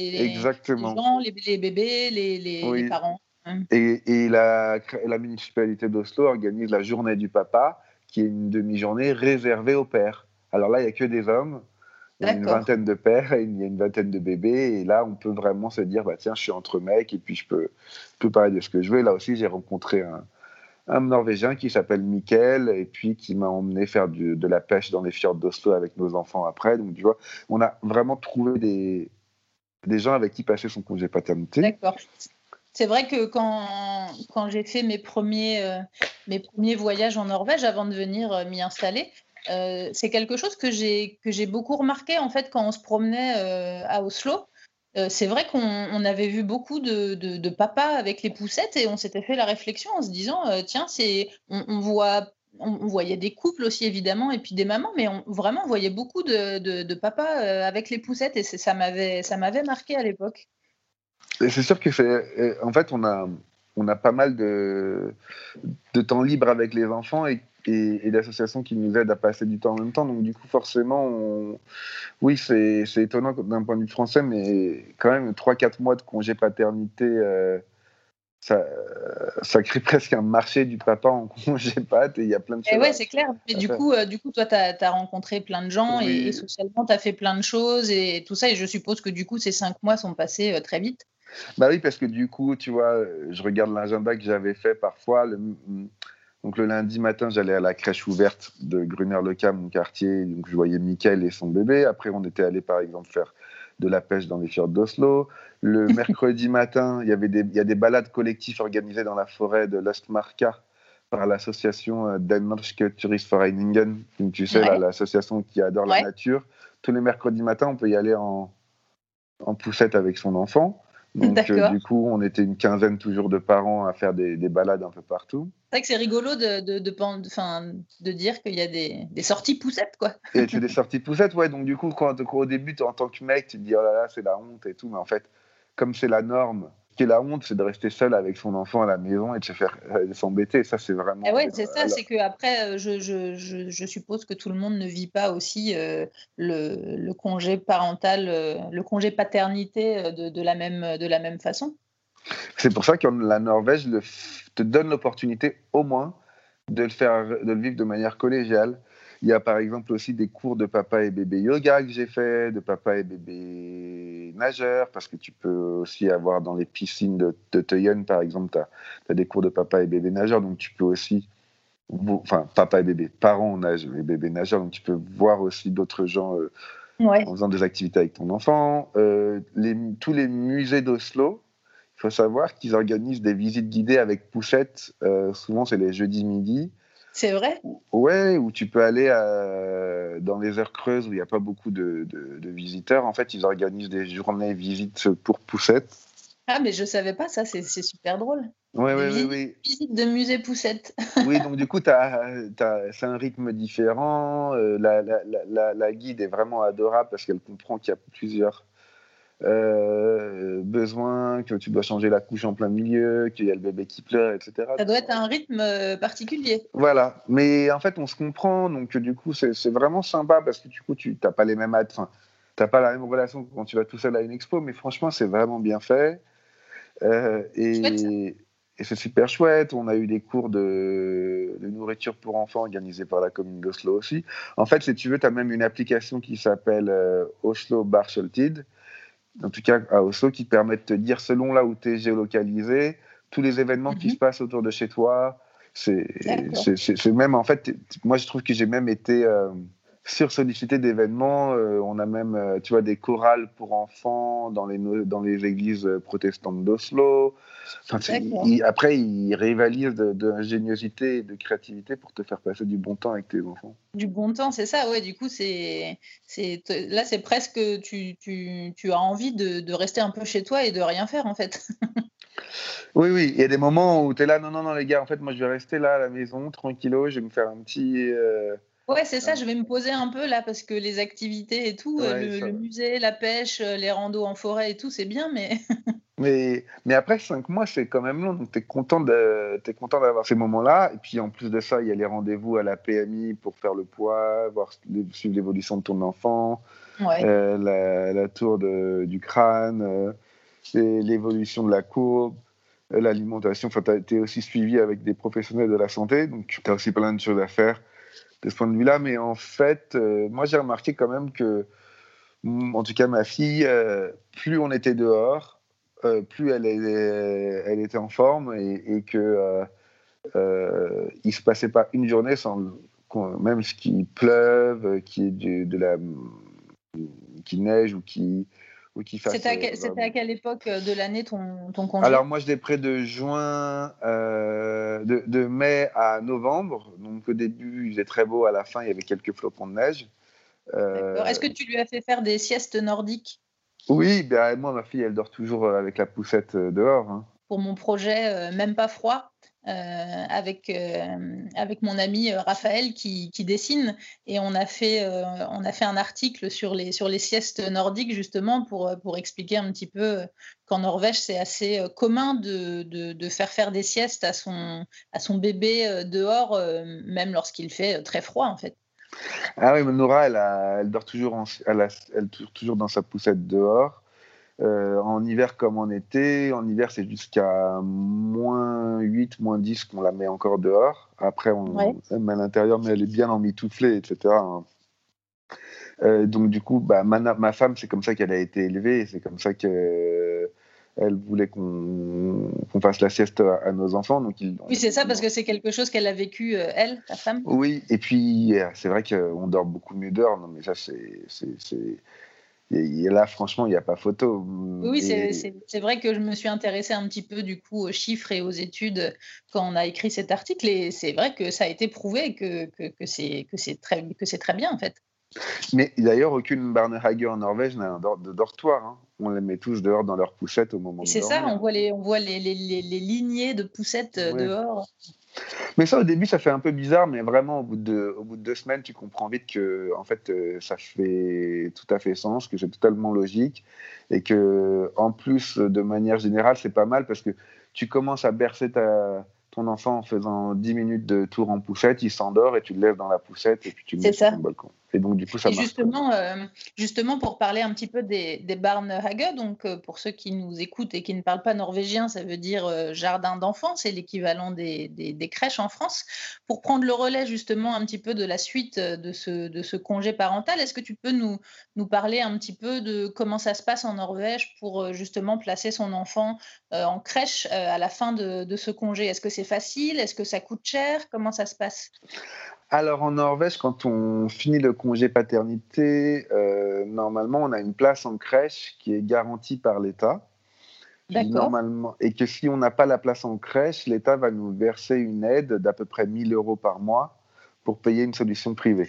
les Exactement. gens, les bébés, les Oui. parents. Et la municipalité d'Oslo organise la journée du papa, qui est une demi-journée réservée aux pères. Alors là, il n'y a que des hommes. Il y a une D'accord. vingtaine de pères et il y a une vingtaine de bébés. Et là, on peut vraiment se dire, bah, tiens, je suis entre mecs et puis je peux parler de ce que je veux. Et là aussi, j'ai rencontré un Norvégien qui s'appelle Mikkel et puis qui m'a emmené faire de la pêche dans les fjords d'Oslo avec nos enfants après. Donc, tu vois, on a vraiment trouvé des gens avec qui passer son congé paternité. D'accord. C'est vrai que quand j'ai fait mes premiers voyages en Norvège avant de venir m'y installer, c'est quelque chose que j'ai beaucoup remarqué en fait quand on se promenait à Oslo. C'est vrai qu'on avait vu beaucoup de papas avec les poussettes et on s'était fait la réflexion en se disant tiens, on voyait des couples aussi évidemment et puis des mamans, mais vraiment on voyait beaucoup de papas avec les poussettes et ça m'avait marqué à l'époque. Et c'est sûr que en fait, on a pas mal de temps libre avec les enfants et d'associations qui nous aident à passer du temps en même temps. Donc, du coup, forcément, oui, c'est étonnant d'un point de vue français, mais quand même, 3-4 mois de congé paternité, ça crée presque un marché du papa en congé pat et il y a plein de Et choses ouais, c'est clair. Mais à du faire. coup, toi, tu as rencontré plein de gens et Oui, socialement, tu as fait plein de choses et tout ça. Et je suppose que du coup, ces 5 mois sont passés très vite. bah oui, parce que du coup, tu vois, je regarde l'agenda que j'avais fait parfois. Donc le lundi matin, j'allais à la crèche ouverte de Gruner-le-Cam, mon quartier. Donc je voyais Mickaël et son bébé. Après, on était allé par exemple faire de la pêche dans les fjords d'Oslo. Le mercredi matin, il y a des balades collectives organisées dans la forêt de l'Østmarka par l'association Danmarske Turistforeningen. Donc tu sais, Ouais, l'association qui adore la ouais, nature. Tous les mercredis matins, on peut y aller en poussette avec son enfant. Donc, d'accord. du coup, on était une quinzaine toujours de parents à faire des balades un peu partout. C'est vrai que c'est rigolo de dire qu'il y a des sorties poussettes, quoi. Et c'est des sorties poussettes, ouais. Donc, du coup, quand au début, en tant que mec, tu te dis, oh là là, c'est la honte et tout. Mais en fait, comme c'est la norme, ce qui est la honte, c'est de rester seul avec son enfant à la maison et de se faire s'embêter. Ça, c'est Et vraiment. ouais, c'est ça, c'est qu'après, je suppose que tout le monde ne vit pas aussi le congé parental, le congé paternité de la même façon. C'est pour ça que la Norvège te donne l'opportunité, au moins, de le vivre de manière collégiale. Il y a par exemple aussi des cours de papa et bébé yoga que j'ai fait, de papa et bébé nageur, parce que tu peux aussi avoir dans les piscines de Tøyen, par exemple, tu as des cours de papa et bébé nageur, donc tu peux aussi, enfin, papa et bébé, parents nagent et bébé nageur, donc tu peux voir aussi d'autres gens Ouais. en faisant des activités avec ton enfant. Tous les musées d'Oslo, il faut savoir qu'ils organisent des visites guidées avec poussette. Souvent, c'est les jeudis midi. C'est vrai? Ouais, où tu peux aller dans les heures creuses où il n'y a pas beaucoup de visiteurs. En fait, ils organisent des journées visites pour poussette. Ah, mais je savais pas ça, c'est super drôle. Oui, Des oui, oui, visites, oui. visites de musée Poussette. Oui, donc du coup, c'est un rythme différent. La guide est vraiment adorable parce qu'elle comprend qu'il y a plusieurs besoins, que tu dois changer la couche en plein milieu, qu'il y a le bébé qui pleure, etc. Ça doit être un rythme particulier. Voilà, mais en fait, on se comprend, donc du coup, c'est vraiment sympa parce que du coup, tu n'as pas les mêmes enfin, t'as pas la même relation que quand tu vas tout seul à une expo, mais franchement, c'est vraiment bien fait. Euh, Chouette. et, et c'est super chouette. On a eu des cours de nourriture pour enfants organisés par la commune d'Oslo aussi. En fait, si tu veux, tu as même une application qui s'appelle Oslo Bar Salted, en tout cas à Oslo, qui te permet de te dire, selon là où tu es géolocalisé, tous les événements qui se Mhm. passent autour de chez toi. D'accord. C'est même, en fait, moi je trouve que j'ai même été sursollicité d'événements. On a même, tu vois, des chorales pour enfants dans les églises protestantes d'Oslo. Enfin, D'accord. après, ils rivalisent d'ingéniosité et de créativité pour te faire passer du bon temps avec tes enfants. Du bon temps, c'est ça, ouais. Du coup, là, c'est presque, tu as envie de rester un peu chez toi et de rien faire, en fait. Oui, oui, il y a des moments où tu es là, non, non, non, les gars, en fait, moi, je vais rester là à la maison, tranquillo, je vais me faire un petit. Ouais, c'est ça, Un- je vais me poser un peu là parce que les activités et tout, Ouais, le ça. musée, la pêche, les randos en forêt et tout, c'est bien, mais Mais après 5 mois, c'est quand même long, donc t'es content d'avoir ces moments-là. Et puis en plus de ça, il y a les rendez-vous à la PMI pour faire le poids, suivre l'évolution de ton enfant, ouais. la tour du crâne, l'évolution de la courbe, l'alimentation. Enfin, t'es aussi suivi avec des professionnels de la santé, donc t'as aussi plein de choses à faire de ce point de vue-là. Mais en fait, moi j'ai remarqué quand même que en tout cas, ma fille, plus on était dehors, plus elle était en forme et que il se passait pas une journée sans même qu'il pleuve, qu'il y ait qu'il neige ou qu'il fasse. C'était à quelle époque de l'année ton Alors congé? moi, je l'ai pris de juin, de mai à novembre. Donc au début, il faisait très beau. À la fin, il y avait quelques flocons de neige. D'accord. Est-ce Euh, que tu lui as fait faire des siestes nordiques? oui, ben, moi, ma fille, elle dort toujours avec la poussette dehors, hein. Pour mon projet, Même pas froid, avec mon ami, Raphaël qui dessine et on a fait un article sur les siestes nordiques justement pour expliquer un petit peu, qu'en Norvège, c'est assez, commun de faire des siestes à son bébé, dehors, même lorsqu'il fait, très froid, en fait. Ah oui, mais Nora, elle dort toujours, elle dort toujours dans sa poussette dehors. En hiver comme en été. En hiver, c'est jusqu'à -8, -10 qu'on la met encore dehors. Après, Ouais. elle met à l'intérieur, mais elle est bien emmitouflée, etc. Donc, du coup, bah, ma femme, c'est comme ça qu'elle a été élevée. Et c'est comme ça que elle voulait qu'on fasse la sieste à nos enfants. Donc, Oui, c'est ça, parce que c'est quelque chose qu'elle a vécu, elle, ta femme? oui, et puis c'est vrai qu'on dort beaucoup mieux dehors. Non, mais ça, là, franchement, il n'y a pas photo. Oui, oui, Et c'est vrai que je me suis intéressée un petit peu du coup aux chiffres et aux études quand on a écrit cet article et c'est vrai que ça a été prouvé que c'est très bien en fait. Mais d'ailleurs, aucune Barnehage en Norvège n'a de dortoir, hein. On les met tous dehors dans leur poussette au moment Et de c'est ça, dormir. on voit les lignées de poussettes, Ouais. dehors. Mais ça, au début, ça fait un peu bizarre, mais vraiment, au bout de 2 semaines, tu comprends vite que, en fait, ça fait tout à fait sens, que c'est totalement logique, et que, en plus, de manière générale, c'est pas mal parce que tu commences à bercer ton enfant en faisant 10 minutes de tour en poussette, il s'endort et tu le lèves dans la poussette et puis tu le mets C'est sur ton ça. balcon. Et donc, du coup, ça Et marche très bien. justement pour parler un petit peu des barnehage, donc pour ceux qui nous écoutent et qui ne parlent pas norvégien, ça veut dire, jardin d'enfants, c'est l'équivalent des crèches en France. Pour prendre le relais justement un petit peu de la suite, de ce congé parental, est-ce que tu peux nous parler un petit peu de comment ça se passe en Norvège pour, justement placer son enfant, en crèche, à la fin de ce congé? Est-ce que c'est facile? Est-ce que ça coûte cher? Comment ça se passe? Alors en Norvège, quand on finit le congé paternité, normalement, on a une place en crèche qui est garantie par l'État. Je dis D'accord. normalement, et que si on n'a pas la place en crèche, l'État va nous verser une aide d'à peu près 1 000 € par mois pour payer une solution privée.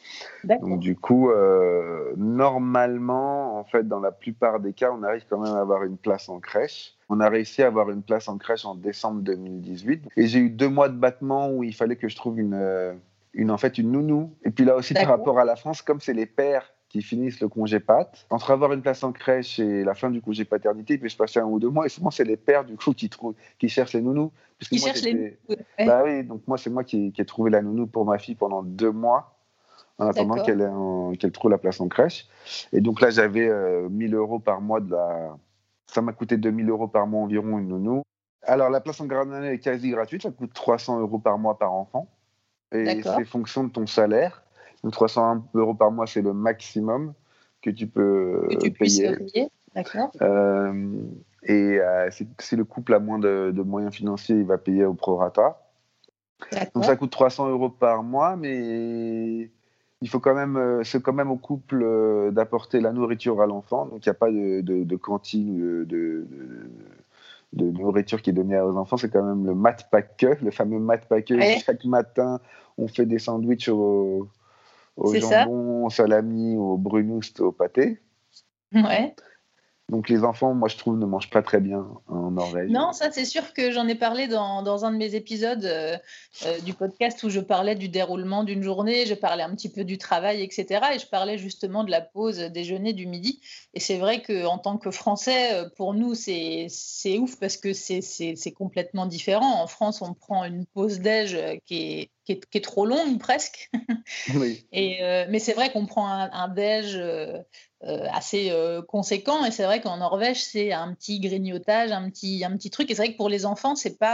D'accord. Donc du coup, normalement, en fait, dans la plupart des cas, on arrive quand même à avoir une place en crèche. On a réussi à avoir une place en crèche en décembre 2018. Et j'ai eu 2 mois de battement où il fallait que je trouve en fait, une nounou. Et puis là aussi, par D'accord. rapport à la France, comme c'est les pères qui finissent le congé pat, entre avoir une place en crèche et la fin du congé paternité, il peut se passer 1 ou 2 mois. Et souvent, c'est les pères, du coup, qui cherchent les nounous. Parce que Qui moi, cherchent les noms. Ouais. Bah oui, donc moi, c'est moi qui ai trouvé la nounou pour ma fille pendant 2 mois en attendant D'accord. qu'elle trouve la place en crèche. Et donc là, j'avais 1 000 euros par mois Ça m'a coûté 2 000 euros par mois environ, une nounou. Alors, la place en garderie est quasi gratuite, ça coûte 300 euros par mois par enfant. Et D'accord. c'est fonction de ton salaire. Donc, 300 euros par mois, c'est le maximum que tu peux Que tu puisses payer. payer. D'accord. Si le couple a moins de moyens financiers, il va payer au prorata. Donc ça D'accord. coûte 300 euros par mois, mais il faut quand même, c'est quand même au couple d'apporter la nourriture à l'enfant. Donc il n'y a pas de cantine ou de nourriture qui est donnée aux enfants. C'est quand même le mat pack, le fameux mat pack. Ouais, Chaque matin, on fait des sandwichs au c'est ça. jambon, au salami, au brunost, au pâté. Ouais. Donc les enfants, moi je trouve, ne mangent pas très bien en Norvège. Non, ça c'est sûr que j'en ai parlé dans un de mes épisodes du podcast où je parlais du déroulement d'une journée, je parlais un petit peu du travail, etc. Et je parlais justement de la pause déjeuner du midi. Et c'est vrai qu'en tant que Français, pour nous, c'est ouf parce que c'est complètement différent. En France, on prend une pause déj qui est trop longue presque. Oui. Mais c'est vrai qu'on prend un déj assez conséquent et c'est vrai qu'en Norvège, c'est un petit grignotage, un petit truc et c'est vrai que pour les enfants,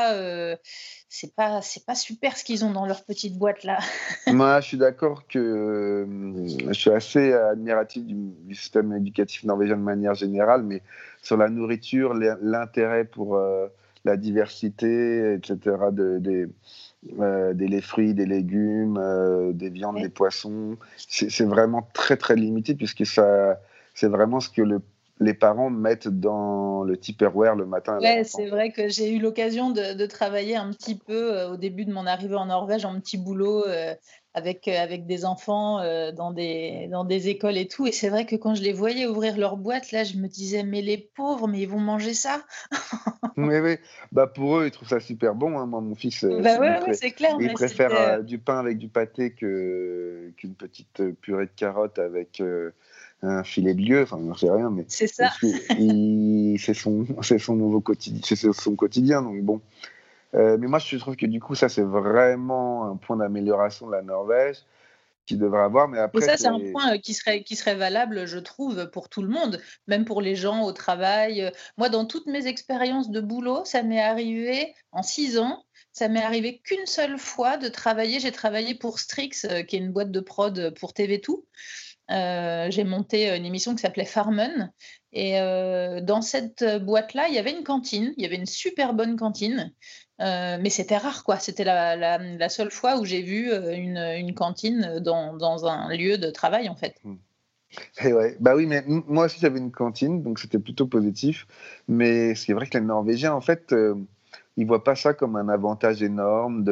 c'est pas super ce qu'ils ont dans leur petite boîte là. Moi, je suis d'accord que je suis assez admiratif du système éducatif norvégien de manière générale, mais sur la nourriture, l'intérêt pour la diversité, etc., des fruits, des légumes, des viandes, des Ouais. poissons, c'est vraiment très, très limité puisque c'est vraiment ce que les parents mettent dans le Tupperware le matin à leur Ouais, enfant. c'est vrai que j'ai eu l'occasion de travailler un petit peu au début de mon arrivée en Norvège en petit boulot avec des enfants dans des écoles et tout. Et c'est vrai que quand je les voyais ouvrir leur boîte, là, je me disais, mais les pauvres, mais ils vont manger ça? Oui, oui. Bah pour eux, ils trouvent ça super bon, hein. Moi, mon fils, Bah ouais, ouais, c'est clair, il mais préfère c'était. du pain avec du pâté qu'une petite purée de carottes avec un filet de lieu. Enfin, j'en sais rien, mais C'est ça. parce que c'est son nouveau quotidien, c'est son quotidien. Donc bon. Mais moi, je trouve que du coup, ça, c'est vraiment un point d'amélioration de la Norvège qu'il devrait avoir. Mais Et après, ça, c'est un c'est point qui serait valable, je trouve, pour tout le monde, même pour les gens au travail. Moi, dans toutes mes expériences de boulot, ça m'est arrivé en 6 ans, ça m'est arrivé qu'une seule fois de travailler. J'ai travaillé pour Strix, qui est une boîte de prod pour TV2. J'ai monté une émission qui s'appelait Farmen et dans cette boîte-là, il y avait une cantine, il y avait une super bonne cantine, mais c'était rare quoi. C'était la seule fois où j'ai vu, une cantine dans un lieu de travail, en fait. Et ouais. Bah oui, mais moi aussi j'avais une cantine, donc c'était plutôt positif. Mais c'est vrai que les Norvégiens, en fait, ils voient pas ça comme un avantage énorme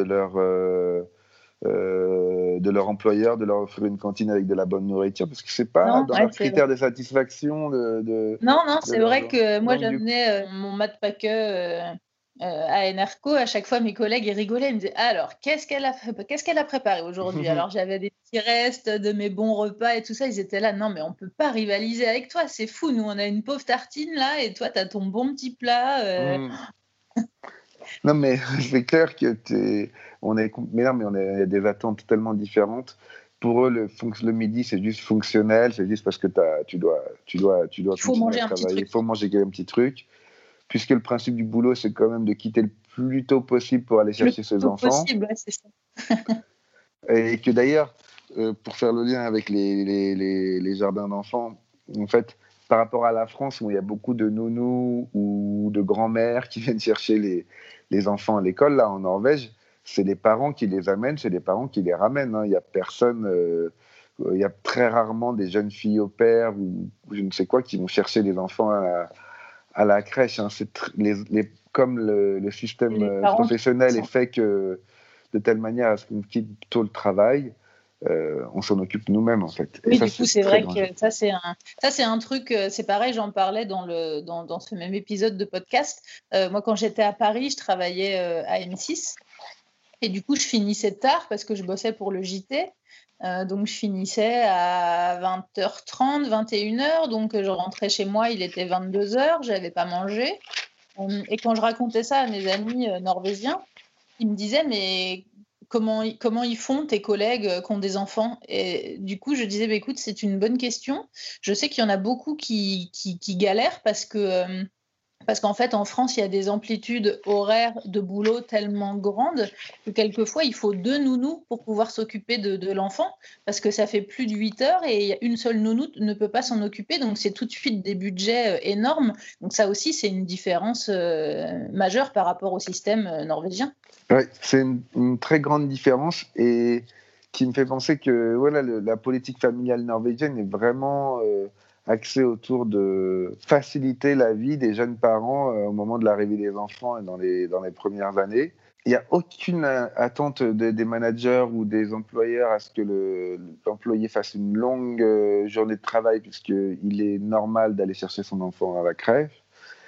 de leur employeur de leur offrir une cantine avec de la bonne nourriture, parce que c'est pas Non, dans ouais, leurs c'est vrai. critères de satisfaction Non, non, de c'est leurs vrai gens. que moi Donc du j'amenais, mon mat paquet, à Enerco. À chaque fois mes collègues, ils rigolaient, ils me disaient: «Alors qu'est-ce qu'elle a préparé aujourd'hui?» Alors j'avais des petits restes de mes bons repas et tout ça, ils étaient là: «Non mais on peut pas rivaliser avec toi, c'est fou, nous on a une pauvre tartine là et toi tu as ton bon petit plat, Non, mais c'est clair que mais non, mais il y a des attentes tellement différentes. Pour eux, le midi, c'est juste fonctionnel, c'est juste parce que tu dois il faut continuer à manger un petit travailler, il truc». faut manger un petit truc, puisque le principe du boulot, c'est quand même de quitter le plus tôt possible pour aller Le chercher plus ses tôt enfants. possible, ouais, c'est ça. Et que d'ailleurs, pour faire le lien avec les jardins d'enfants, en fait, par rapport à la France, où il y a beaucoup de nounous ou de grands-mères qui viennent chercher les enfants à l'école, là, en Norvège, c'est les parents qui les amènent, c'est les parents qui les ramènent, hein. Il y a personne, il y a très rarement des jeunes filles au père ou je ne sais quoi qui vont chercher les enfants à la crèche, hein. Comme le C'est système les parents qui professionnel est sont. fait de telle manière à ce qu'on quitte tôt le travail, on s'en occupe nous-mêmes en fait. Oui, du coup, c'est vrai que ça, c'est un truc, c'est pareil, j'en parlais dans ce même épisode de podcast. Moi, quand j'étais à Paris, je travaillais à M6 et du coup, je finissais tard parce que je bossais pour le JT. Donc, je finissais à 20h30, 21h. Donc, je rentrais chez moi, il était 22h, je n'avais pas mangé. Et quand je racontais ça à mes amis norvégiens, ils me disaient, mais comment ils font tes collègues qui ont des enfants? Et du coup, je disais, bah, écoute, c'est une bonne question. Je sais qu'il y en a beaucoup qui galèrent parce qu'en fait, en France, il y a des amplitudes horaires de boulot tellement grandes que quelquefois, il faut 2 nounous pour pouvoir s'occuper de l'enfant parce que ça fait plus de 8 heures et une seule nounou ne peut pas s'en occuper. Donc, c'est tout de suite des budgets énormes. Donc, ça aussi, c'est une différence majeure par rapport au système norvégien. Oui, c'est une très grande différence et qui me fait penser que voilà, la politique familiale norvégienne est vraiment axée autour de faciliter la vie des jeunes parents au moment de l'arrivée des enfants et dans les premières années. Il n'y a aucune attente des managers ou des employeurs à ce que l'employé fasse une longue journée de travail puisqu'il est normal d'aller chercher son enfant à la crèche.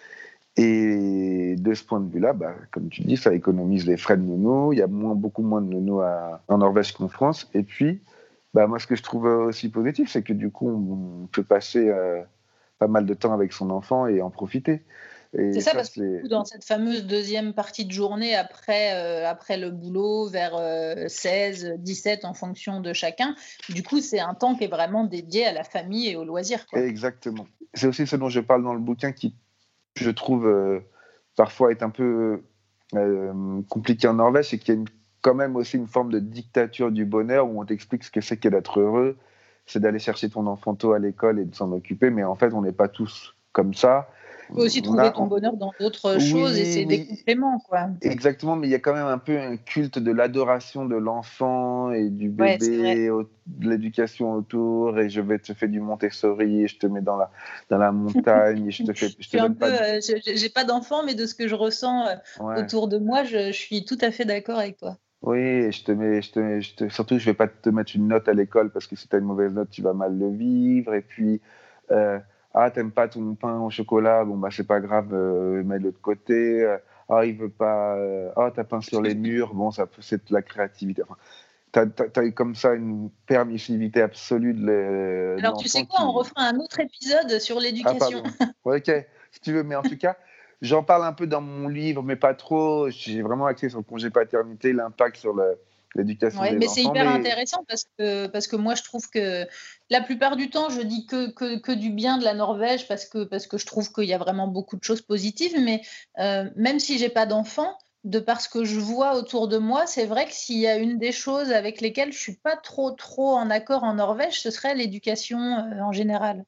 Et de ce point de vue-là, comme tu dis, ça économise les frais de nounou. Il y a beaucoup moins de nounous en Norvège qu'en France. Et puis, moi, ce que je trouve aussi positif, c'est que du coup, on peut passer pas mal de temps avec son enfant et en profiter. Et c'est ça, parce que dans cette fameuse deuxième partie de journée, après le boulot, vers 16, 17, en fonction de chacun, du coup, c'est un temps qui est vraiment dédié à la famille et aux loisirs, quoi. Exactement. C'est aussi ce dont je parle dans le bouquin qui, je trouve, parfois est un peu compliqué en Norvège, c'est qu'il y a quand même aussi une forme de dictature du bonheur où on t'explique ce que c'est que d'être heureux, c'est d'aller chercher ton enfant tôt à l'école et de s'en occuper, mais en fait, on n'est pas tous comme ça. Tu peux aussi trouver ton bonheur dans d'autres choses et c'est des compléments, quoi. Exactement, mais il y a quand même un peu un culte de l'adoration de l'enfant et du bébé, de l'éducation autour, et je te fais du Montessori, et je te mets dans la montagne, et je te fais... j'ai pas d'enfant, mais de ce que je ressens autour de moi, je suis tout à fait d'accord avec toi. Oui, et surtout, je vais pas te mettre une note à l'école parce que si tu as une mauvaise note, tu vas mal le vivre. Et puis, t'aimes pas ton pain au chocolat, bon, c'est pas grave, mets-le de côté. Il veut pas. T'as peint sur les murs, bon, c'est de la créativité. Enfin, t'as eu comme ça une permissivité absolue de Alors, tu sais quoi, on refera un autre épisode sur l'éducation. Ok, si tu veux, mais en tout cas. J'en parle un peu dans mon livre, mais pas trop. J'ai vraiment axé sur le congé paternité, l'impact sur l'éducation des enfants. Mais c'est hyper intéressant parce que moi, je trouve que la plupart du temps, je dis que du bien de la Norvège parce que je trouve qu'il y a vraiment beaucoup de choses positives. Mais même si j'ai pas d'enfants, de par ce que je vois autour de moi, c'est vrai que s'il y a une des choses avec lesquelles je suis pas trop en accord en Norvège, ce serait l'éducation en général.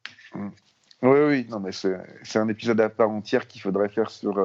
Oui, non, mais c'est un épisode à part entière qu'il faudrait faire sur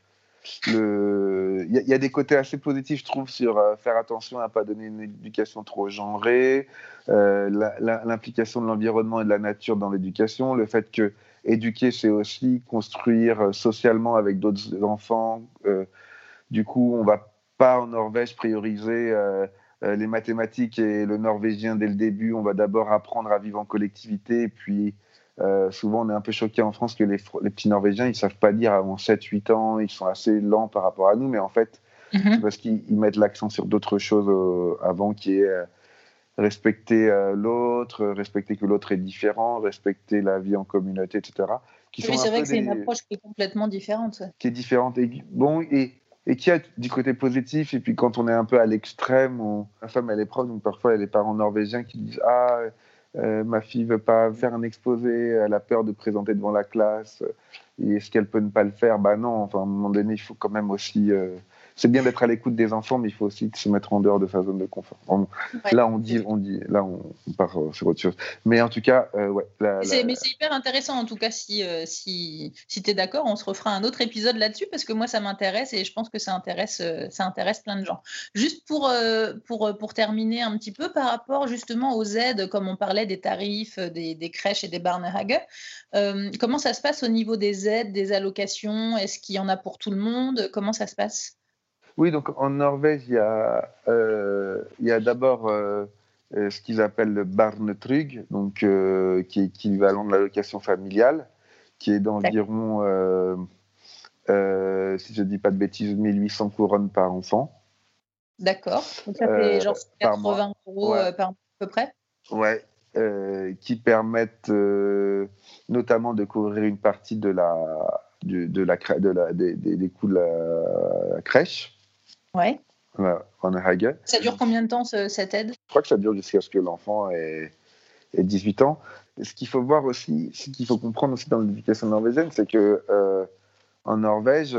il y a des côtés assez positifs, je trouve, sur faire attention à ne pas donner une éducation trop genrée, l'implication de l'environnement et de la nature dans l'éducation, le fait que éduquer, c'est aussi construire socialement avec d'autres enfants. Du coup, on ne va pas en Norvège prioriser les mathématiques et le norvégien dès le début. On va d'abord apprendre à vivre en collectivité. Et puis, souvent, on est un peu choqué en France que les petits Norvégiens, ils ne savent pas lire avant 7-8 ans. Ils sont assez lents par rapport à nous. Mais en fait, c'est parce qu'ils mettent l'accent sur d'autres choses avant, qui est respecter l'autre, respecter que l'autre est différent, respecter la vie en communauté, etc. Oui, c'est vrai que c'est une approche qui est complètement différente. Qui est différente. Et qui a du côté positif. Et puis quand on est un peu à l'extrême, où ma femme elle est prof, donc parfois il y a des parents norvégiens qui disent ma fille veut pas faire un exposé, elle a peur de présenter devant la classe, est-ce qu'elle peut ne pas le faire? Non, enfin à un moment donné il faut quand même aussi c'est bien d'être à l'écoute des enfants, mais il faut aussi se mettre en dehors de sa zone de confort. Là là on part sur autre chose. Mais en tout cas, Mais c'est hyper intéressant en tout cas si tu es d'accord, on se refera un autre épisode là-dessus parce que moi ça m'intéresse et je pense que ça intéresse plein de gens. Juste pour terminer un petit peu par rapport justement aux aides, comme on parlait des tarifs, des crèches et des barnehages, comment ça se passe au niveau des aides, des allocations? Est-ce qu'il y en a pour tout le monde? Comment ça se passe? Oui, donc en Norvège, il y a d'abord ce qu'ils appellent le Barnetrug, donc qui est équivalent de l'allocation familiale, qui est d'environ, si je ne dis pas de bêtises, 1800 couronnes par enfant. D'accord. Donc ça fait genre 80 € par mois à peu près. Ouais. Qui permettent notamment de couvrir une partie des coûts de la crèche. Ouais. Ça dure combien de temps cette aide? Je crois que ça dure jusqu'à ce que l'enfant ait 18 ans. Et ce qu'il faut voir aussi, ce qu'il faut comprendre aussi dans l'éducation norvégienne, c'est que en Norvège,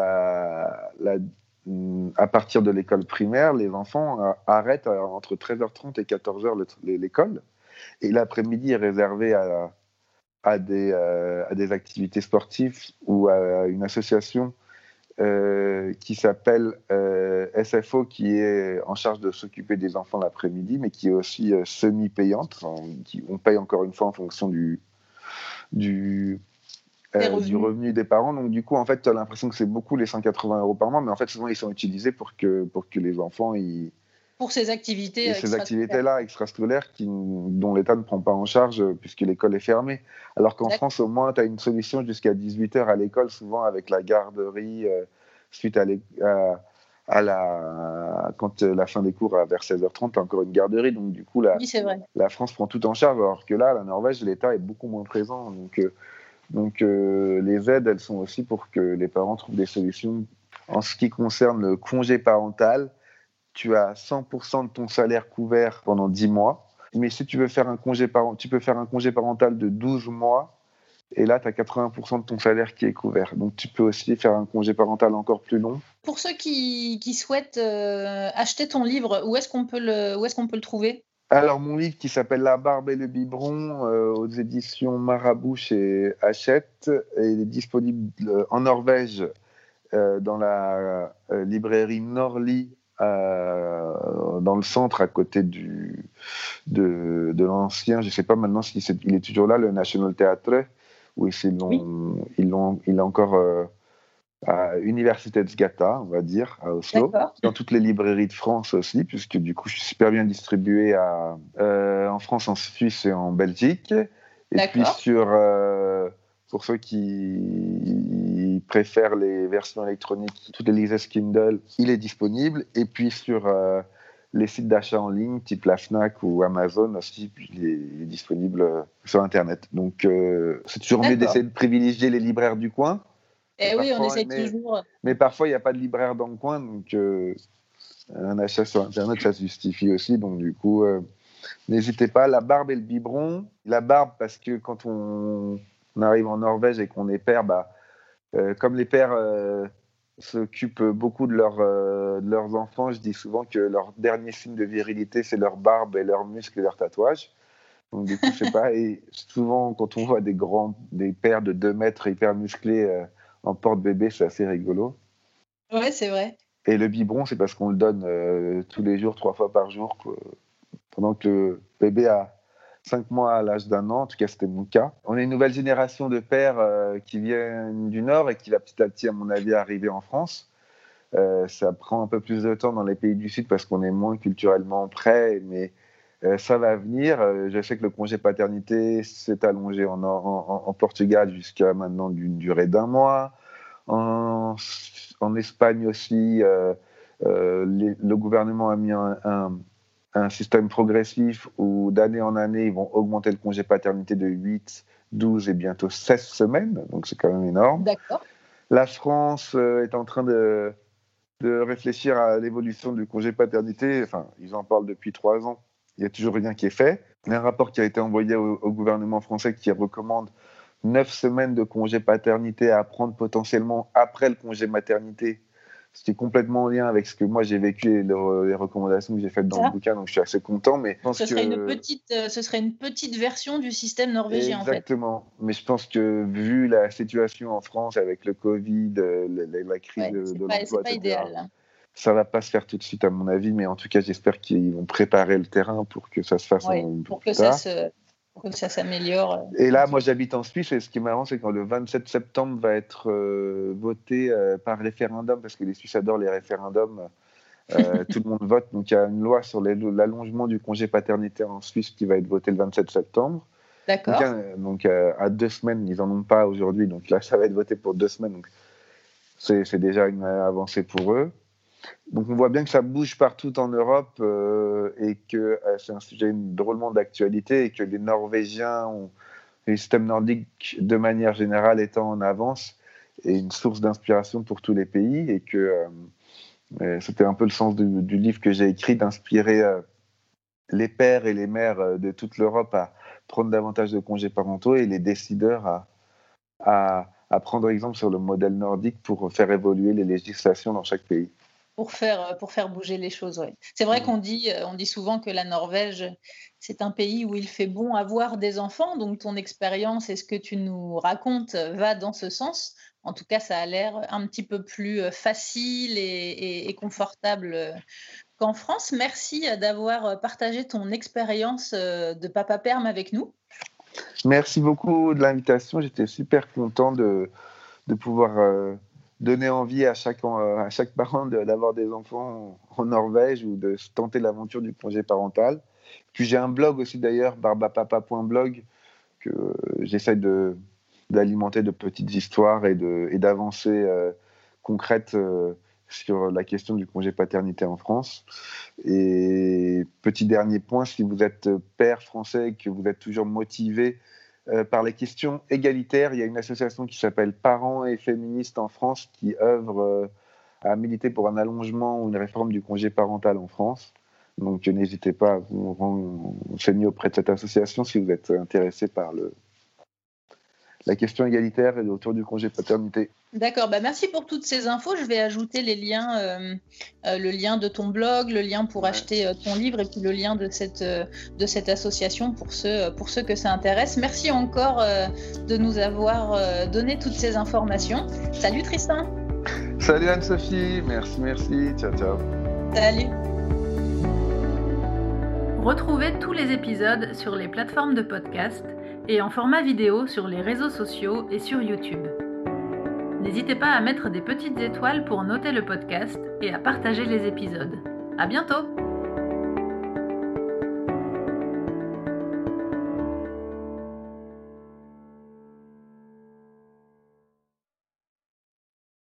à partir de l'école primaire, les enfants arrêtent entre 13h30 et 14h l'école. Et l'après-midi est réservé à des activités sportives ou à une association qui s'appelle SFO, qui est en charge de s'occuper des enfants l'après-midi, mais qui est aussi semi-payante. On paye encore une fois en fonction du revenu des parents. Donc du coup, en fait, tu as l'impression que c'est beaucoup les 180 € par mois, mais en fait, souvent, ils sont utilisés pour que les enfants... Pour ces activités activités-là extrascolaires dont l'État ne prend pas en charge puisque l'école est fermée. Alors qu'en France, au moins, tu as une solution jusqu'à 18h à l'école, souvent avec la garderie, suite quand la fin des cours vers 16h30, tu as encore une garderie. Donc du coup, la France prend tout en charge, alors que là, la Norvège, l'État est beaucoup moins présent. Donc les aides, elles sont aussi pour que les parents trouvent des solutions. En ce qui concerne le congé parental, tu as 100% de ton salaire couvert pendant 10 mois. Mais si tu veux faire tu peux faire un congé parental de 12 mois. Et là, tu as 80% de ton salaire qui est couvert. Donc, tu peux aussi faire un congé parental encore plus long. Pour ceux qui souhaitent acheter ton livre, où est-ce qu'on peut le trouver ? Alors, mon livre qui s'appelle La barbe et le biberon, aux éditions Marabout chez Hachette, il est disponible en Norvège dans la librairie Norli, dans le centre, à côté de l'ancien, je ne sais pas maintenant s'il est toujours là, le National Theatre, où ils l'ont encore à Universitetsgata, on va dire, à Oslo. D'accord. Dans toutes les librairies de France aussi, puisque du coup, je suis super bien distribué en France, en Suisse et en Belgique. Et puis pour ceux qui préfèrent les versions électroniques, toutes les librairies Kindle, il est disponible. Et puis sur les sites d'achat en ligne, type la Fnac ou Amazon aussi, puis il est disponible sur Internet. Donc c'est toujours mieux d'essayer de privilégier les libraires du coin. Et oui, on essaie toujours. Mais parfois, il n'y a pas de libraire dans le coin, donc un achat sur Internet, ça se justifie aussi. Donc du coup, n'hésitez pas. La barbe et le biberon. La barbe, parce que quand on arrive en Norvège et qu'on est père, comme les pères s'occupent beaucoup de leurs enfants, je dis souvent que leur dernier signe de virilité, c'est leur barbe et leurs muscles et leurs tatouages. Donc du coup, je sais pas. Et souvent, quand on voit des pères de 2 mètres hyper musclés en porte-bébé, c'est assez rigolo. Ouais, c'est vrai. Et le biberon, c'est parce qu'on le donne tous les jours, 3 fois par jour, pendant que le bébé a 5 mois à l'âge d'1 an. En tout cas, c'était mon cas. On est une nouvelle génération de pères qui viennent du Nord et qui va petit à petit, à mon avis, arriver en France. Ça prend un peu plus de temps dans les pays du Sud parce qu'on est moins culturellement prêts, mais ça va venir. Je sais que le congé paternité s'est allongé en Portugal jusqu'à maintenant d'une durée d'1 mois. En Espagne aussi, le gouvernement a mis un système progressif où d'année en année, ils vont augmenter le congé paternité de 8, 12 et bientôt 16 semaines. Donc c'est quand même énorme. D'accord. La France est en train de réfléchir à l'évolution du congé paternité. Enfin, ils en parlent depuis 3 ans. Il n'y a toujours rien qui est fait. Il y a un rapport qui a été envoyé au gouvernement français qui recommande 9 semaines de congé paternité à prendre potentiellement après le congé maternité. C'était complètement en lien avec ce que moi j'ai vécu et les recommandations que j'ai faites dans le bouquin, donc je suis assez content. Mais ce serait une petite version du système norvégien. Exactement. En fait. Mais je pense que vu la situation en France avec le Covid, la crise de l'emploi, c'est pas idéal. Ça va pas se faire tout de suite à mon avis, mais en tout cas j'espère qu'ils vont préparer le terrain pour que ça se fasse pour que ça s'améliore. Et là, moi j'habite en Suisse et ce qui est marrant, c'est quand le 27 septembre va être voté par référendum, parce que les Suisses adorent les référendums, Tout le monde vote. Donc il y a une loi sur l'allongement du congé paternité en Suisse qui va être votée le 27 septembre. D'accord. Donc à 2 semaines, ils n'en ont pas aujourd'hui. Donc là, ça va être voté pour 2 semaines. Donc c'est déjà une avancée pour eux. Donc on voit bien que ça bouge partout en Europe et que c'est un sujet drôlement d'actualité et que les Norvégiens, les systèmes nordiques de manière générale étant en avance, est une source d'inspiration pour tous les pays et que c'était un peu le sens du livre que j'ai écrit, d'inspirer les pères et les mères de toute l'Europe à prendre davantage de congés parentaux et les décideurs à prendre exemple sur le modèle nordique pour faire évoluer les législations dans chaque pays. Pour faire bouger les choses, oui. C'est vrai qu'on dit souvent que la Norvège, c'est un pays où il fait bon avoir des enfants, donc ton expérience et ce que tu nous racontes va dans ce sens. En tout cas, ça a l'air un petit peu plus facile et confortable qu'en France. Merci d'avoir partagé ton expérience de papa perm avec nous. Merci beaucoup de l'invitation. J'étais super content de pouvoir donner envie à chaque parent d'avoir des enfants en Norvège ou de tenter l'aventure du congé parental. Puis j'ai un blog aussi d'ailleurs, barbapapa.blog, que j'essaie d'alimenter de petites histoires et d'avancées concrètes sur la question du congé paternité en France. Et petit dernier point, si vous êtes père français et que vous êtes toujours motivé par les questions égalitaires, il y a une association qui s'appelle Parents et Féministes en France qui œuvre à militer pour un allongement ou une réforme du congé parental en France. Donc n'hésitez pas à vous renseigner auprès de cette association si vous êtes intéressé par la question égalitaire et autour du congé paternité. D'accord, merci pour toutes ces infos. Je vais ajouter les liens, le lien de ton blog, le lien pour acheter ton livre et puis le lien de cette association pour ceux que ça intéresse. Merci encore de nous avoir donné toutes ces informations. Salut Tristan. Salut Anne-Sophie, merci, ciao. Salut. Retrouvez tous les épisodes sur les plateformes de podcast et en format vidéo sur les réseaux sociaux et sur YouTube. N'hésitez pas à mettre des petites étoiles pour noter le podcast et à partager les épisodes. À bientôt!